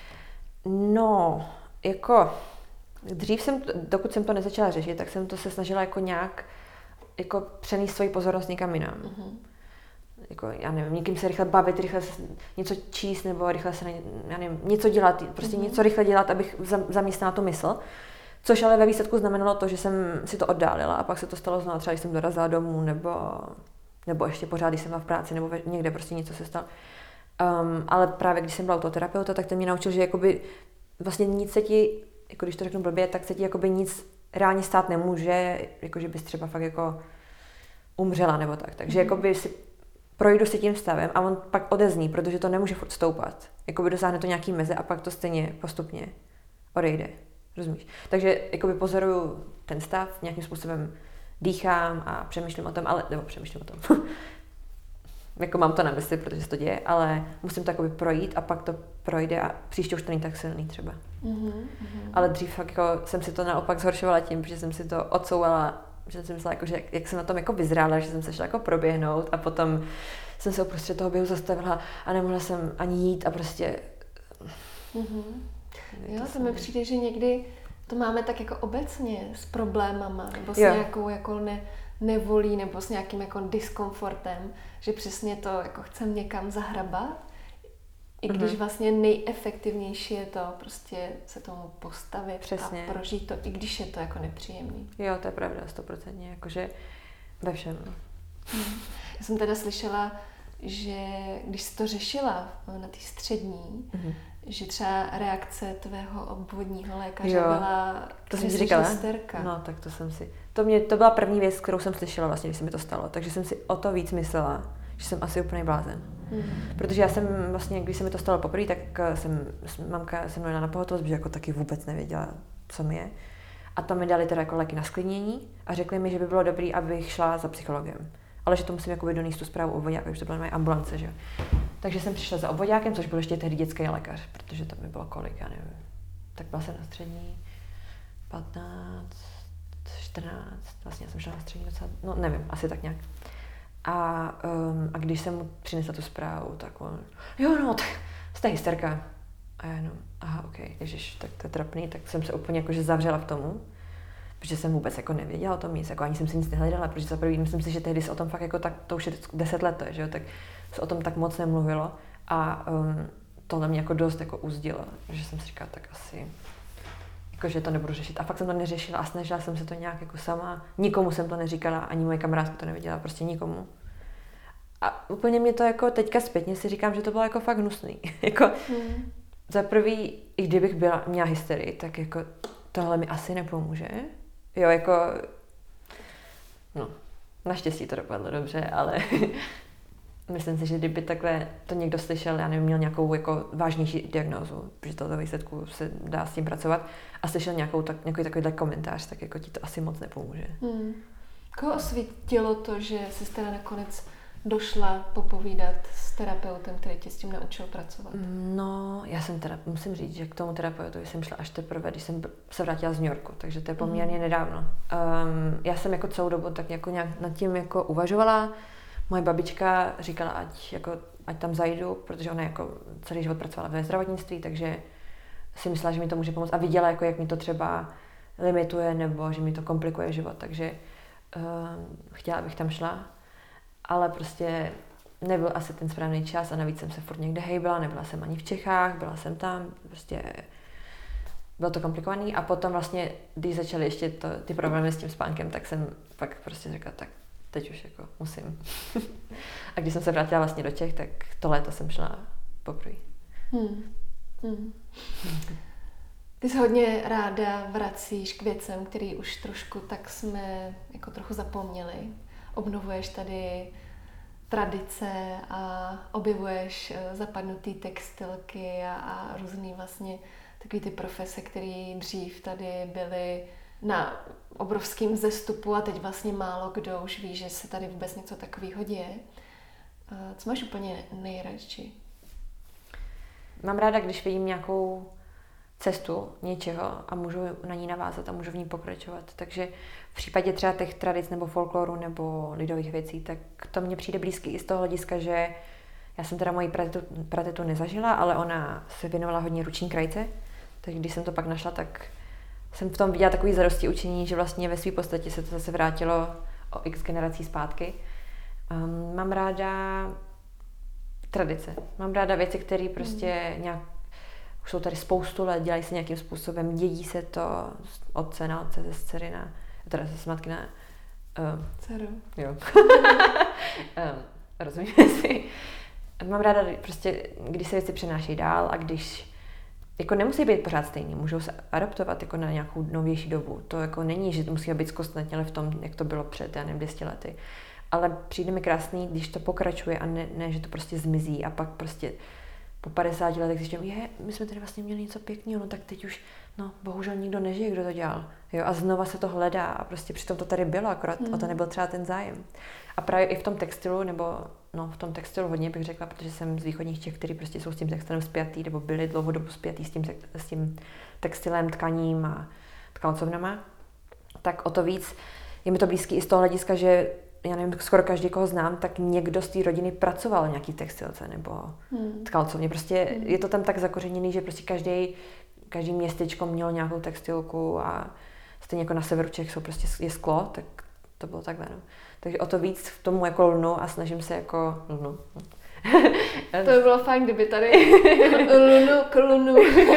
No, jako... Dřív jsem, dokud jsem to nezačala řešit, tak jsem to se snažila jako nějak jako přenést svoji pozornost někam jinam. Mm-hmm. Jako, já nevím, někým se rychle bavit, rychle se něco číst, nebo rychle se, já nevím, něco dělat, prostě mm-hmm. něco rychle dělat, abych zaměstnala tu mysl. Což ale ve výsledku znamenalo to, že jsem si to oddálila a pak se to stalo znovu, třeba když jsem dorazila domů, nebo, nebo ještě pořád, když jsem byla v práci, nebo někde prostě něco se stalo. Um, ale právě když jsem byla u toho terapeuta, tak ten mě naučil, že jakoby vlastně nic se ti, jako když to řeknu blbě, tak se ti jakoby nic reálně stát nemůže, jakože bys třeba fakt jako umřela nebo tak. Takže mm. jakoby si projdu si tím stavem a on pak odezní, protože to nemůže furt stoupat. Jakoby dosáhne to nějaký meze a pak to stejně postupně odejde. Rozumíš? Takže jakoby pozoruju ten stav, nějakým způsobem dýchám a přemýšlím o tom, ale, nebo přemýšlím o tom. Jako mám to na mysli, protože se to děje, ale musím to jakoby projít a pak to projde a příště už to není tak silný třeba. Mm-hmm. Ale dřív fakt jako jsem si to naopak zhoršovala tím, že jsem si to odsouvala, že jsem myslela, jako, že jak jsem na tom jako vyzrála, že jsem se šla jako proběhnout a potom jsem se uprostřed toho běhu zastavila a nemohla jsem ani jít a prostě... Mm-hmm. Jo, to, to mi přijde, že někdy to máme tak jako obecně s problémama nebo s jo. nějakou jako ne, nevolí nebo s nějakým jako diskomfortem, že přesně to jako chcem někam zahrabat, i když mm-hmm. vlastně nejefektivnější je to prostě se tomu postavit přesně. A prožít to, i když je to jako nepříjemný. Jo, to je pravda, stoprocentně, jakože ve všem. No. Mm. Já jsem teda slyšela, že když jsi to řešila na té střední, mm-hmm. že třeba reakce tvého obvodního lékaře jo, byla to jsem si říkala. Hysterka. No, tak to jsem si... To, mě, to byla první věc, kterou jsem slyšela vlastně, když se mi to stalo. Takže jsem si o to víc myslela, že jsem asi úplný blázen. Mm. Protože já jsem vlastně, když se mi to stalo poprvé, tak jsem, mamka se mnou jela na pohotovost, protože jako taky vůbec nevěděla, co mi je. A tam mi dali teda jako léky na sklidnění a řekli mi, že by bylo dobré, abych šla za psychologem. Ale že to musím jakoby donést tu zprávu obvoďáka, protože to byla moje ambulance, že? Takže jsem přišla za obvoďákem, což byl ještě tehdy dětský lékař, protože tam mi bylo kolik, já nevím. Tak byla jsem na střední, patnáct, čtrnáct, vlastně já jsem šla na střední docela, no nevím, asi tak nějak. A, um, a když jsem mu přinesla tu zprávu, tak on, jo no, tak jste hysterka. A já jenom, aha, ok, ježiš, tak to je trapný, tak jsem se úplně jakože zavřela v tomu, protože jsem vůbec jako nevěděla o tom nic, jako ani jsem si nic nehledala, protože za první, myslím si, že tehdy se o tom fakt jako tak, to už je deset let, že jo, tak se o tom tak moc nemluvilo a um, tohle mě jako dost jako uzdilo, že jsem si říkala, tak asi, jakože to nebudu řešit. A fakt jsem to neřešila a snažila jsem se to nějak jako sama, nikomu jsem to neříkala, ani moje kamarádka to nevěděla, prostě nikomu. A úplně mě to jako teďka zpětně si říkám, že to bylo jako fakt hnusný. jako hmm. Za prvý, i kdybych byla, měla hysterii, tak jako tohle mi asi nepomůže. Jo, jako, no, naštěstí to dopadlo dobře, ale myslím si, že kdyby takhle to někdo slyšel, já nevím, měl nějakou jako vážnější diagnózu, protože tohoto výsledku se dá s tím pracovat, a slyšel nějakou, tak, nějaký takovýhle komentář, tak jako ti to asi moc nepomůže. Hmm. Koho osvítilo to, že jsi teda nakonec došla popovídat s terapeutem, který tě s tím naučil pracovat? No, já jsem teda, musím říct, že k tomu terapeutovi jsem šla až teprve, když jsem se vrátila z New Yorku, takže to je poměrně mm. nedávno. Um, já jsem jako celou dobu tak jako nějak nad tím jako uvažovala. Moje babička říkala, ať, jako, ať tam zajdu, protože ona jako celý život pracovala ve zdravotnictví, takže si myslela, že mi to může pomoct a viděla, jako, jak mi to třeba limituje nebo že mi to komplikuje život, takže um, chtěla, abych tam šla. Ale prostě nebyl asi ten správný čas a navíc jsem se furt někde hejbala, nebyla jsem ani v Čechách, byla jsem tam, prostě bylo to komplikovaný a potom vlastně, když začaly ještě to, ty problémy s tím spánkem, tak jsem pak prostě řekla, tak teď už jako musím. A když jsem se vrátila vlastně do Čech, tak to léto jsem šla poprvé. Hmm. Hmm. Ty jsi hodně ráda vracíš k věcem, který už trošku tak jsme jako trochu zapomněli. Obnovuješ tady tradice a objevuješ zapadnutý textilky a, a různý vlastně takový ty profese, které dřív tady byly na obrovském vzestupu a teď vlastně málo kdo už ví, že se tady vůbec něco takového děje. Co máš úplně nejradši? Mám ráda, když vidím nějakou cestu něčeho a můžu na ní navázat a můžu v ní pokračovat. Takže v případě třeba těch tradic nebo folkloru nebo lidových věcí, tak to mně přijde blízký i z toho hlediska, že já jsem teda moji pratetu, pratetu nezažila, ale ona se věnovala hodně ruční krajce, takže když jsem to pak našla, tak jsem v tom viděla takový zadosti učení, že vlastně ve své podstatě se to zase vrátilo o x generací zpátky. Um, mám ráda tradice, mám ráda věci, které prostě nějak už jsou tady spoustu let, dělají se nějakým způsobem, dědí se to z otce na otce, ze dcery na, teda ze matky na um, dceru. Jo. um, rozumíme si. Mám ráda prostě, když se věci přenášejí dál a když jako nemusí být pořád stejný, můžou se adaptovat jako na nějakou novější dobu. To jako není, že to musí být zkostnatěle v tom, jak to bylo před, já nevím, dvě stě lety. Ale přijde mi krásný, když to pokračuje a ne, ne že to prostě zmizí a pak prostě po padesáti letech zjišťujem, je, my jsme tady vlastně měli něco pěkného, no tak teď už, no bohužel nikdo nežije, kdo to dělal. Jo, a znova se to hledá a prostě přitom to tady bylo, akorát mm. o to nebyl třeba ten zájem. A právě i v tom textilu, nebo no v tom textilu hodně bych řekla, protože jsem z východních Čech, který prostě jsou s tím textilem spjatý, nebo byli dlouhodobu spjatý s tím, s tím textilem, tkaním a tkalcovnama, tak o to víc je mi to blízký i z toho hlediska, že já nevím, skoro každý, koho znám, tak někdo z té rodiny pracoval v nějaký textilce nebo hmm. tkalcovně. Prostě hmm. je to tam tak zakořeněný, že prostě každý, každý městečko mělo nějakou textilku a stejně jako na severu Čech jsou prostě je sklo, tak to bylo takhle. No. Takže o to víc v tomu jako lnu a snažím se jako lnu. To by bylo fajn, kdyby tady lnu k lnu.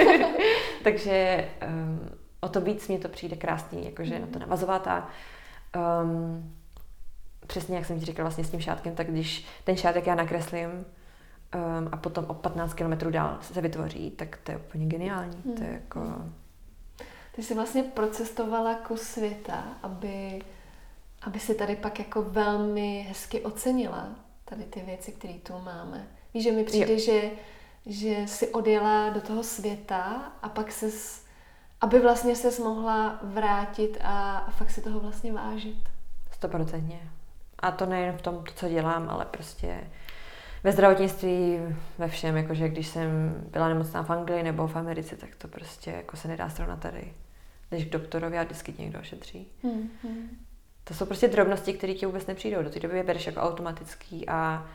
Takže um, o to víc mě to přijde krásný, jakože hmm. na to navazovat a um, přesně jak jsem ti říkala vlastně s tím šátkem, tak když ten šátek já nakreslím um, a potom o patnáct kilometrů dál se vytvoří, tak to je úplně geniální. Hmm. To je jako... Ty jsi vlastně procestovala kus světa, aby, aby si tady pak jako velmi hezky ocenila tady ty věci, které tu máme. Víš, že mi přijde, že, že jsi odjela do toho světa a pak ses, aby vlastně ses mohla vrátit a, a fakt si toho vlastně vážit. Stoprocentně. A to nejen v tom, co dělám, ale prostě ve zdravotnictví, ve všem, jakože když jsem byla nemocná v Anglii nebo v Americe, tak to prostě jako se nedá srovnat tady. jdeš k doktorovi a vždycky tě někdo ošetří. Hmm, hmm. To jsou prostě drobnosti, které ti vůbec nepřijdou. Do té doby je bereš jako automatický a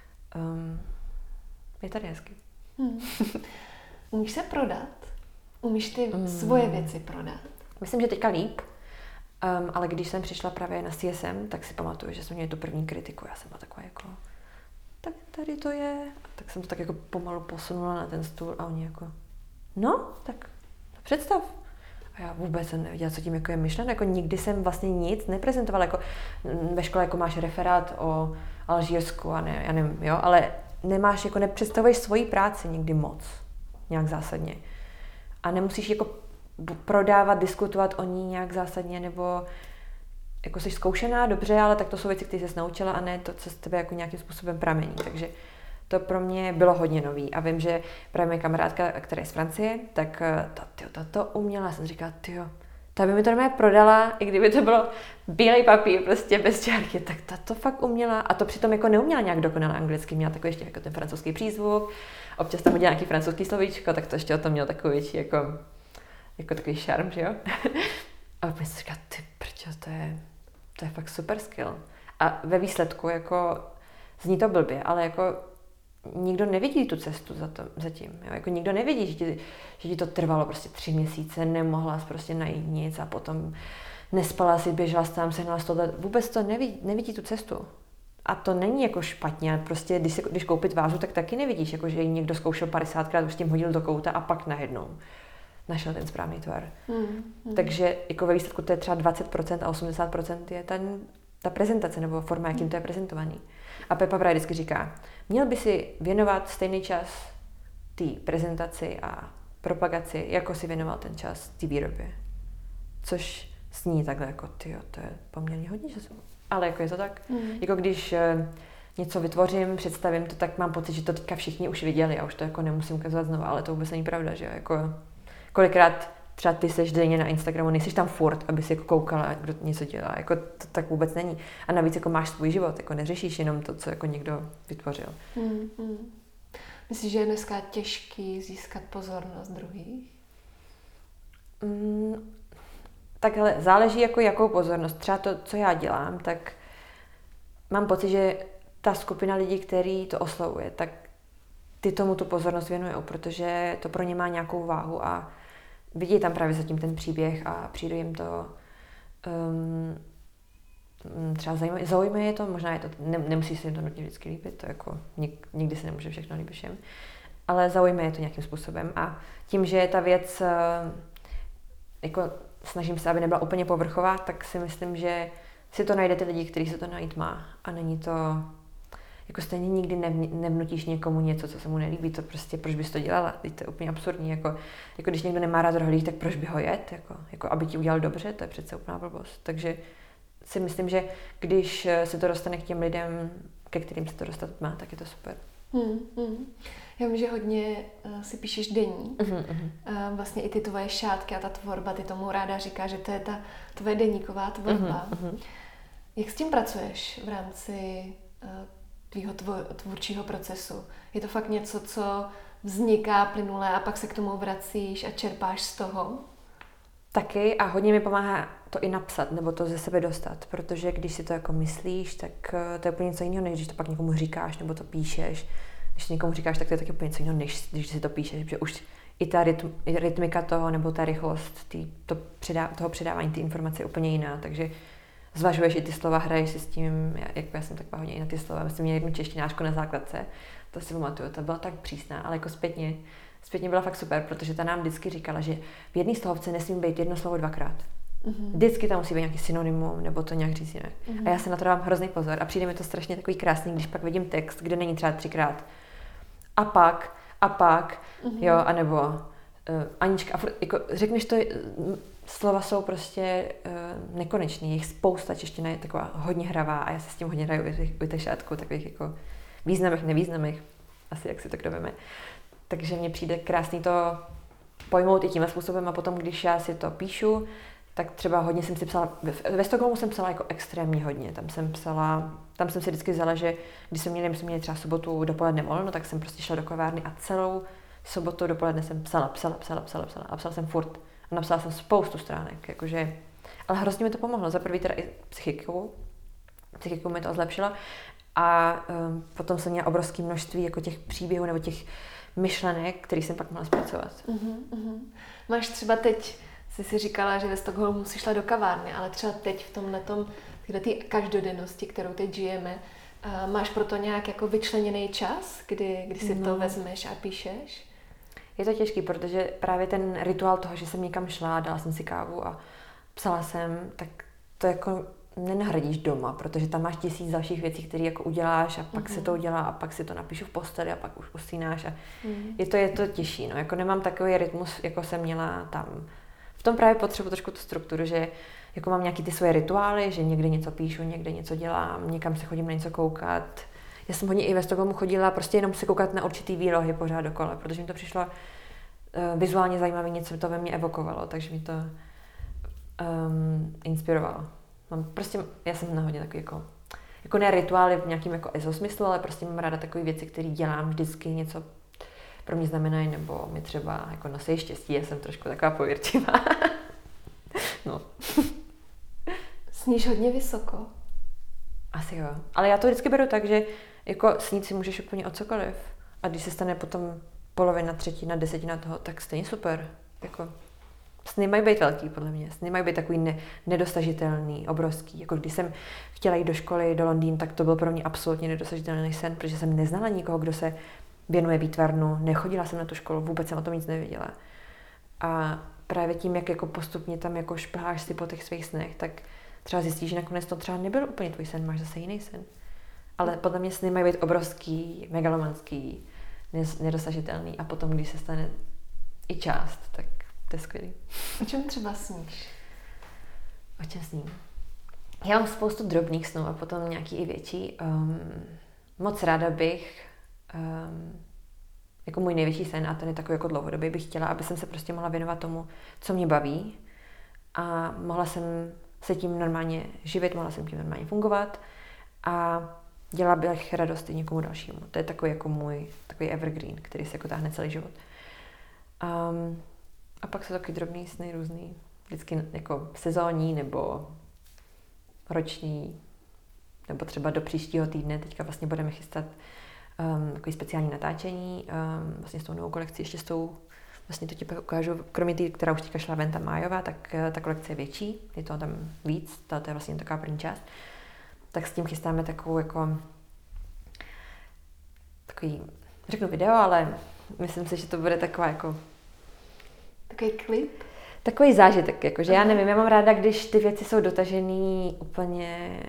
um, je tady hezky. Hmm. Umíš se prodat? Umíš ty Mm. svoje věci prodat? Myslím, že teďka líp, um, ale když jsem přišla právě na C S M, tak si pamatuju, že jsme měli tu první kritiku. Já jsem byla taková jako, tak tady to je. A tak jsem to tak jako pomalu posunula na ten stůl a oni jako, no, tak představ. A já vůbec jsem nevěděla, co tím jako je myšleno. Jako nikdy jsem vlastně nic neprezentovala. Jako ve škole jako máš referát o Alžírsku a ne, já nevím, jo, ale nemáš, jako nepředstavuješ svoji práci nikdy moc, nějak zásadně. A nemusíš jako prodávat, diskutovat o ní nějak zásadně, nebo jako jsi zkoušená, dobře, ale tak to jsou věci, které jsi naučila a ne to, co z tebe jako nějakým způsobem pramení. Takže to pro mě bylo hodně nový. A vím, že právě moje kamarádka, která je z Francie, tak ta, tyjo, ta to uměla. Já jsem říkala, tyjo, ta by mi to normálně prodala, i kdyby to bylo bílej papír, prostě bez čárky, tak ta to fakt uměla. A to přitom jako neuměla nějak dokonale anglicky, měla takový ještě jako ten francouzský přízvuk, občas tam udělala nějaký francouzský slovíčko, tak to ještě o tom mělo takový větší jako, jako takový šarm, že jo? A opět jsem říkala, ty prčo, to je, to je fakt super skill. A ve výsledku jako, zní to blbě, ale jako nikdo nevidí tu cestu za to, zatím. Jo? Jako nikdo nevidí, že ti, že ti to trvalo prostě tři měsíce, nemohla jsi prostě najít nic a potom nespala si, běžela jsi tam, sehnala jsi tohle. Vůbec to nevidí, nevidí tu cestu. A to není jako špatně. Prostě když, se, když koupit vázu, tak taky nevidíš, jako že ji někdo zkoušel padesátkrát, už tím hodil do kouta a pak najednou našel ten správný tvar. Hmm, hmm. Takže jako ve výsledku to je třeba dvacet procent a osmdesát procent je ten, ta prezentace nebo forma, jakým to je prezentovaný. A Pepa právě vždycky říká, měl by si věnovat stejný čas té prezentaci a propagaci, jako si věnoval ten čas té výrobě. Což zní takhle jako, tyjo, to je poměrně hodně času. Ale jako je to tak. Mm. Jako když uh, něco vytvořím, představím to, tak mám pocit, že to teďka všichni už viděli a už to jako nemusím ukazovat znovu, ale to vůbec není pravda, že jo. Jako, kolikrát třeba ty seš denně na Instagramu, nejseš tam furt, aby si jako koukala, kdo něco dělá, jako to tak vůbec není. A navíc jako máš svůj život, jako neřešíš jenom to, co jako někdo vytvořil. Mm, mm. Myslíš, že je dneska těžký získat pozornost druhých? Mm, takhle záleží jako jakou pozornost. Třeba to, co já dělám, tak mám pocit, že ta skupina lidí, který to oslovuje, tak ty tomu tu pozornost věnujou, protože to pro ně má nějakou váhu a vidí tam právě zatím ten příběh a přijde jim to um, třeba zajímavé, zaujme je to, možná je to, ne, nemusí se jim to nutně vždycky líbit, to jako nik, nikdy se nemůže všechno líbit všem, ale zaujme je to nějakým způsobem a tím, že je ta věc, jako snažím se, aby nebyla úplně povrchová, tak si myslím, že si to najde ty lidi, kteří se to najít má a není to, jako stejně nikdy nevnutíš někomu něco, co se mu nelíbí, to prostě, proč bys to dělala, teď to je úplně absurdní, jako, jako když někdo nemá rád rohlík, tak proč by ho jet, jako, jako aby ti udělal dobře, to je přece úplná blbost, takže si myslím, že když se to dostane k těm lidem, ke kterým se to dostat má, tak je to super. Hmm, hmm. Já vím, že hodně uh, si píšeš deník, uh-huh, uh-huh. Uh, vlastně i ty tvoje šátky a ta tvorba, ty tomu ráda říká, že to je ta tvoje deníková tvorba. Uh-huh, uh-huh. Jak s tím pracuješ v rámci uh, tvýho tvo- tvůrčího procesu? Je to fakt něco, co vzniká plynule a pak se k tomu vracíš a čerpáš z toho? Taky a hodně mi pomáhá to i napsat, nebo to ze sebe dostat, protože když si to jako myslíš, tak to je úplně něco jiného, než když to pak někomu říkáš, nebo to píšeš. Když někomu říkáš, tak to je taky úplně něco jiného, než když si to píšeš, protože už i ta rytm, rytmika toho, nebo ta rychlost tý, to předá, toho předávání té informace je úplně jiná, takže zvažuješ i ty slova, hraješ si s tím, jak já jsem taková hodně i na ty slova. My jsme měli jednu češtinářku na základce, to si pamatuju, ta byla tak přísná, ale jako zpětně, zpětně byla fakt super, protože ta nám vždycky říkala, že v jedné slohovce nesmí být jedno slovo dvakrát. Mm-hmm. Vždycky tam musí být nějaký synonymum, nebo to nějak říct jinak. Mm-hmm. A já se na to dávám hrozný pozor a přijde mi to strašně takový krásný, když pak vidím text, kde není třeba třikrát a pak, a pak, mm-hmm. jo, anebo uh, Anička, a furt, jako řekneš to, slova jsou prostě uh, nekonečný, jich spousta, čeština je taková hodně hravá a já se s tím hodně hraju u těch šátku, takových jako významných, nevýznamných, asi jak si to kdo veme. Takže mně přijde krásný to pojmout i tímhle způsobem a potom, když já si to píšu, tak třeba hodně jsem si psala, ve Stockholmu jsem psala jako extrémně hodně, tam jsem psala, tam jsem si vždycky vzala, že když jsme měli, jsme měli třeba sobotu dopoledne volno, tak jsem prostě šla do kavárny a celou sobotu dopoledne jsem psala, psala, psala, psala, psala a psala jsem furt. Napsala jsem spoustu stránek, jakože, ale hrozně mi to pomohlo. Za prvý teda i psychikou, psychikou mi to zlepšilo a um, potom jsem měla obrovské množství jako těch příběhů nebo těch myšlenek, který jsem pak mohla zpracovat. Uh-huh, uh-huh. Máš třeba teď, jsi si říkala, že ve Stockholmu jsi šla do kavárny, ale třeba teď v tomhletom, tyhle každodennosti, kterou teď žijeme, uh, máš proto nějak jako vyčleněný čas, kdy, kdy si no. to vezmeš a píšeš? Je to těžký, protože právě ten rituál toho, že jsem někam šla, dala jsem si kávu a psala jsem, tak to jako nenahradíš doma, protože tam máš tisíc dalších věcí, které jako uděláš a pak mm-hmm. se to udělá a pak si to napíšu v posteli a pak už usínáš a mm. je to je to těžší, no, jako nemám takový rytmus, jako jsem měla tam. V tom právě potřebuji trošku tu strukturu, že jako mám nějaký ty svoje rituály, že někde něco píšu, někde něco dělám, někam se chodím na něco koukat. Já jsem hodně i ve Stockholmu chodila prostě jenom se koukat na určitý výlohy pořád dokola, protože mi to přišlo uh, vizuálně zajímavé, něco to ve mně evokovalo, takže mi to um, inspirovalo. Mám prostě, já jsem na hodně takový jako, jako ne rituály v nějakým jako ezosmyslu, ale prostě mám ráda takové věci, které dělám vždycky, něco pro mě znamenají, nebo mi třeba jako nosí štěstí, já jsem trošku taková pověrčivá. No. Sníš hodně vysoko? Asi jo, ale já to vždycky beru tak, že jako snít si můžeš úplně o cokoliv a když se stane potom polovina, třetina, desetina toho, tak stejně super, jako sny mají být velký, podle mě. Sny mají být takový ne, nedosažitelný, obrovský. Jako když jsem chtěla jít do školy, do Londýna, tak to byl pro mě absolutně nedosažitelný sen, protože jsem neznala nikoho, kdo se věnuje výtvarnu, nechodila jsem na tu školu, vůbec jsem o tom nic nevěděla. A právě tím, jak jako postupně tam jako šplháš si po těch svých snech, tak třeba zjistíš, že nakonec to třeba nebyl úplně tvůj sen, máš zase jiný sen. Ale podle mě sny mají být obrovský, megalomanský, nedosažitelný a potom, když se stane i část, tak to je skvělý. O čem třeba sníš? O čem sním? Já mám spoustu drobných snů a potom nějaký i větší. Um, moc ráda bych, um, jako můj největší sen, a ten je takový jako dlouhodobý, bych chtěla, aby jsem se prostě mohla věnovat tomu, co mě baví a mohla jsem se tím normálně živit, mohla jsem tím normálně fungovat a dělala bych radost i někomu dalšímu. To je takový jako můj takový evergreen, který se jako táhne celý život. Um, A pak jsou taky drobný sny různý, vždycky jako sezónní nebo roční, nebo třeba do příštího týdne. Teďka vlastně budeme chystat um, takový speciální natáčení, um, vlastně s tou novou kolekcí, ještě s tou, vlastně to ti pak ukážu, kromě té, která už teďka šla ven, ta májová, tak uh, ta kolekce je větší, je to tam víc, to, to je vlastně taková první část. Tak s tím chystáme takovou jako, takový, řeknu video, ale myslím si, že to bude taková jako takový klip? Takový zážitek, jakože já nevím, já mám ráda, když ty věci jsou dotažený úplně...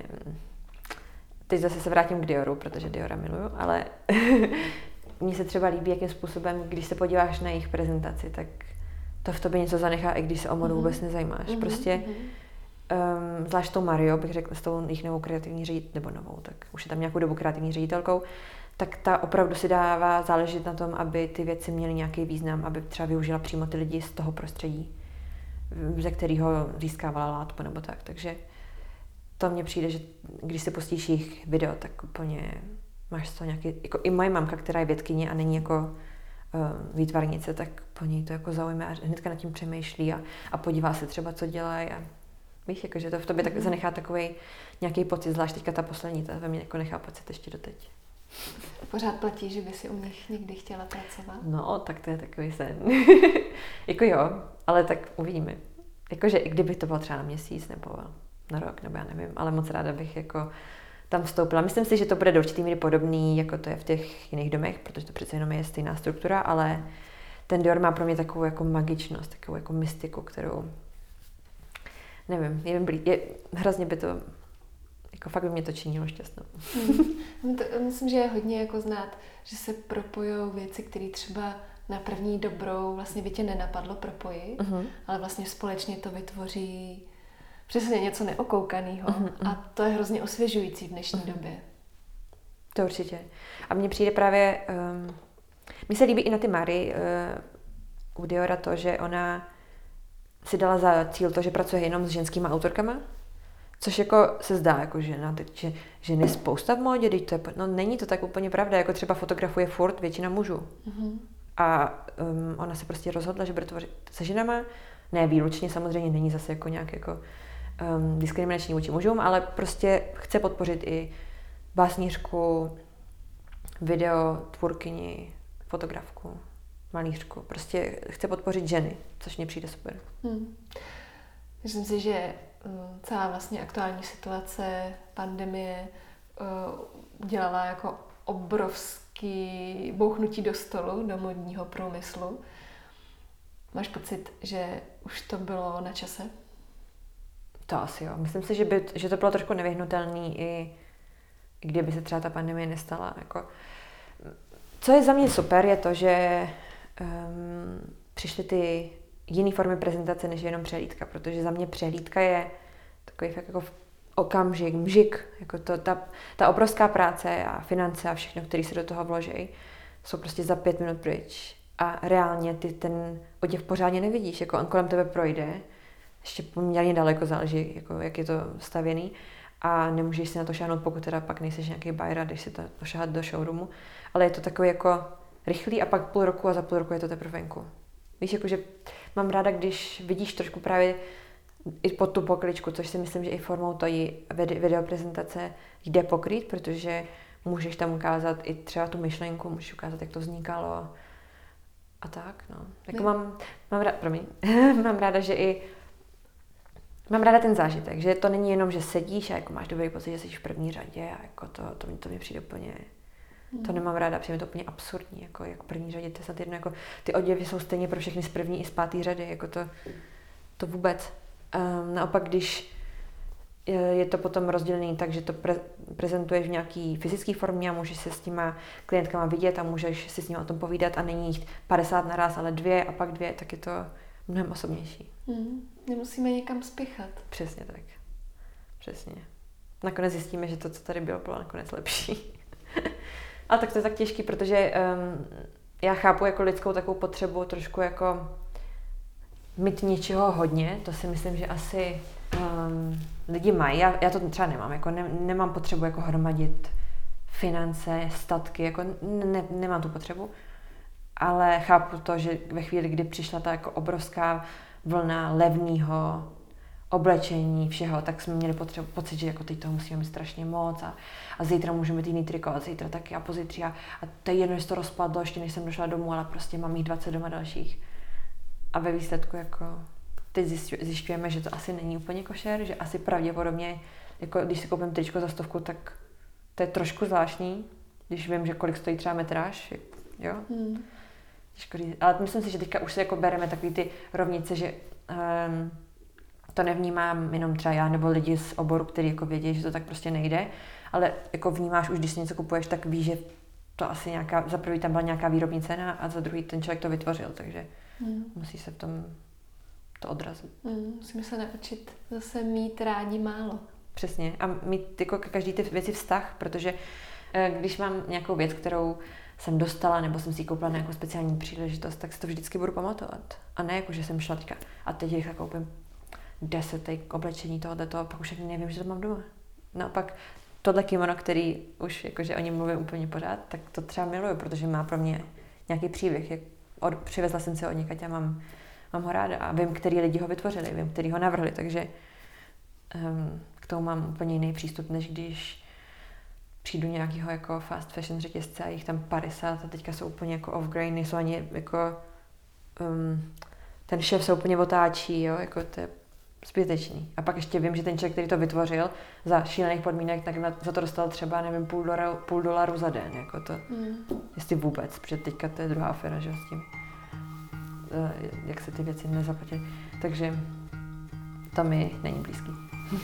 Teď zase se vrátím k Dioru, protože Diora miluju, ale mně se třeba líbí, jakým způsobem, když se podíváš na jejich prezentaci, tak to v tobě něco zanechá, i když se o modu vůbec nezajímáš. Mm-hmm. Prostě, um, zvlášť tou Mario, bych řekla, s tou jejich novou kreativní ředitelkou, nebo novou, tak už je tam nějakou dobu kreativní ředitelkou, tak ta opravdu si dává záležet na tom, aby ty věci měly nějaký význam, aby třeba využila přímo ty lidi z toho prostředí, ze kterého získávala látku nebo tak. Takže to mně přijde, že když si pustíš jejich video, tak úplně máš to nějaký, jako i moje mamka, která je vědkyně a není jako uh, výtvarnice, tak po něj to jako zaujme a hnedka nad tím přemýšlí a, a podívá se třeba, co dělají a víš, jako, že to v tobě tak zanechá takovej nějaký pocit, zvlášť teďka ta poslední, ta ve mně jako nechá pocit ještě doteď. Pořád platí, že by si u nich někdy chtěla pracovat? No, tak to je takový sen. Jako jo, ale tak uvidíme. Jakože i kdyby to bylo třeba na měsíc nebo na rok, nebo já nevím, ale moc ráda bych jako tam vstoupila. Myslím si, že to bude do určitý míry podobný, jako to je v těch jiných domech, protože to přece jenom je stejná struktura, ale ten Dior má pro mě takovou jako magičnost, takovou jako mystiku, kterou nevím, je, blí, je hrozně by to jako fakt by mě to činilo šťastnou. Hmm. To, myslím, že je hodně jako znát, že se propojou věci, které třeba na první dobrou vlastně by tě nenapadlo propojit, uh-huh. ale vlastně společně to vytvoří přesně něco neokoukaného. Uh-huh. A to je hrozně osvěžující v dnešní uh-huh. době. To určitě. A mně přijde právě, um, mně se líbí i na ty Mary uh, u Diora to, že ona si dala za cíl to, že pracuje jenom s ženskýma autorkama, což jako se zdá jako žena, teď, že žen je spousta v módě, teď to je, no není to tak úplně pravda, jako třeba fotografuje furt většina mužů. Mm-hmm. A um, ona se prostě rozhodla, že bude tvořit se ženama, Ne výlučně, samozřejmě není zase jako nějak jako um, diskriminační vůči mužům, ale prostě chce podpořit i básnířku, video, tvůrkyni, fotografku, malířku. Prostě chce podpořit ženy, což mně přijde super. Hmm. Myslím si, že celá vlastně aktuální situace, pandemie udělala jako obrovský bouchnutí do stolu, do modního průmyslu. Máš pocit, že už to bylo na čase? To asi jo. Myslím si, že, by, že to bylo trošku nevyhnutelný i kdyby se třeba ta pandemie nestala. Jako. Co je za mě super, je to, že um, přišly ty jiné formy prezentace, než jenom přehlídka, protože za mě přehlídka je takový fakt jako okamžik, mžik, jako to, ta, ta obrovská práce a finance a všechno, které se do toho vloží, jsou prostě za pět minut pryč. A reálně ty ten oděv pořádně nevidíš, jako on kolem tebe projde, ještě poměrně daleko záleží, jako jak je to stavěný, a nemůžeš si na to šáhnout, pokud teda pak nejseš nějaký bajra, když si to pošahat do showroomu, ale je to takový jako rychlý a pak půl roku a za půl roku je to teprve venku. Víš, jakože mám ráda, když vidíš trošku právě i pod tu pokličku, což si myslím, že i formou to i videoprezentace jde pokrýt, protože můžeš tam ukázat i třeba tu myšlenku, můžeš ukázat, jak to vznikalo a tak, no. Jako mám, mám, ráda, promiň, mám ráda, že i mám ráda ten zážitek, že to není jenom, že sedíš a jako máš dobrý pocit, že jsi v první řadě a jako to, to, to mi přijde úplně, hmm. to nemám ráda, přijde mi to úplně absurdní, jako, jako první řadě, to je snad jedno, jako ty oděvy jsou stejně pro všechny z první i z páté řady, jako to, to vůbec. Um, naopak, když je, je to potom rozdělený tak, že to pre, prezentuješ v nějaký fyzické formě a můžeš se s těma klientkama vidět a můžeš si s nimi o tom povídat a není jich padesát naraz, ale dvě a pak dvě, tak je to mnohem osobnější. Hmm. Nemusíme někam spěchat. Přesně tak. Přesně. Nakonec zjistíme, že to, co tady bylo, bylo nakonec lepší. Ale tak to je tak těžký, protože um, já chápu jako lidskou takovou potřebu trošku jako mít něčeho hodně, to si myslím, že asi um, lidi mají. Já, já to třeba nemám, jako ne, nemám potřebu jako hromadit finance, statky, jako ne, nemám tu potřebu, ale chápu to, že ve chvíli, kdy přišla ta jako obrovská vlna levného oblečení, všeho, tak jsme měli potřebu, pocit, že jako teď toho musíme mít strašně moc a, a zítra můžeme mít jiný triko a zítra taky a pozítří a, a to je jedno, že to rozpadlo, ještě než jsem došla domů, ale prostě mám jich dvacet doma dalších. A ve výsledku jako teď zjišťujeme, že to asi není úplně košer, že asi pravděpodobně, jako když si koupím tričko za stovku, tak to je trošku zvláštní, když vím, že kolik stojí třeba metráž, jo. Hmm. Ale myslím si, že teďka už se jako bereme takový ty rovnice, že um, to nevnímám jenom třeba já nebo lidi z oboru, kteří jako vědí, že to tak prostě nejde, ale jako vnímáš už, když si něco kupuješ, tak víš, že to asi nějaká, za prvý tam byla nějaká výrobní cena a za druhý ten člověk to vytvořil, takže hmm. musí se v tom to odrazit. Hmm, musíme se naučit zase mít rádi málo. Přesně a mít jako každý ty věci vztah, protože když mám nějakou věc, kterou jsem dostala, nebo jsem si koupila na nějakou speciální příležitost, tak si to vždycky budu pamatovat. A ne jako, že jsem šla teďka a teď rychle koupím deset oblečení tohoto, a pak už ani nevím, že to mám doma. Naopak tohle kimono, který už jakože o něm mluvím úplně pořád, tak to třeba miluju, protože má pro mě nějaký příběh. Jak od, přivezla jsem si ho odněkať a mám, mám ho ráda a vím, který lidi ho vytvořili, vím, který ho navrhli, takže um, k tomu mám úplně jiný přístup, než když přijdu nějakého jako fast fashion řetězce a jich tam padesát a teďka jsou úplně jako off-grain, nejsou ani jako um, ten šéf se úplně otáčí, jo, jako to je zbytečný. A pak ještě vím, že ten člověk, který to vytvořil za šílených podmínek, tak za to dostal třeba, nevím, půl dolaru, půl dolaru za den, jako to, mm. jestli vůbec, protože teďka to je druhá aféra, že s tím, jak se ty věci nezaplatí. Takže to mi není blízký.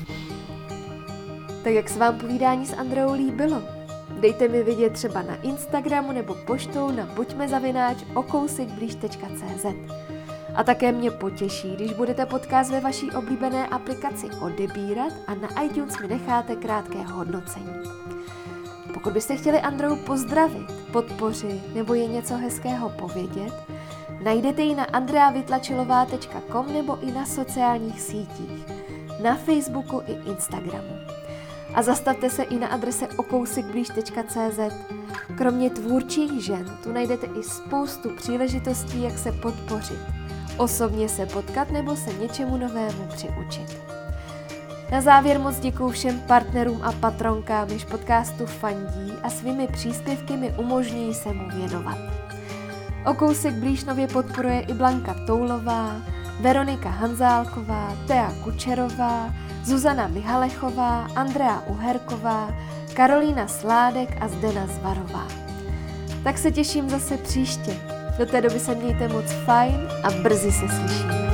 Tak jak se vám povídání s Andreou líbilo? Dejte mi vědět třeba na Instagramu nebo poštou na buďmezavináč okousikblíž tečka cé zet. A také mě potěší, když budete podcast ve vaší oblíbené aplikaci odebírat a na iTunes mi necháte krátké hodnocení. Pokud byste chtěli Andreu pozdravit, podpořit nebo je něco hezkého povědět, najdete ji na andrea vytlačilová tečka com nebo i na sociálních sítích, na Facebooku i Instagramu. A zastavte se i na adrese okousikblíž tečka cé zet. Kromě tvůrčích žen tu najdete i spoustu příležitostí, jak se podpořit. osobně se potkat nebo se něčemu novému přiučit. Na závěr moc děkuju všem partnerům a patronkám, jež podcastu fandí a svými příspěvky mi umožňují se mu věnovat. O kousek blíž nově podporuje i Blanka Toulová, Veronika Hanzálková, Thea Kučerová, Zuzana Mihalechová, Andrea Uherková, Karolína Sládek a Zdena Zvarová. Tak se těším zase příště. Do té doby se mějte moc fajn a brzy se slyšíme.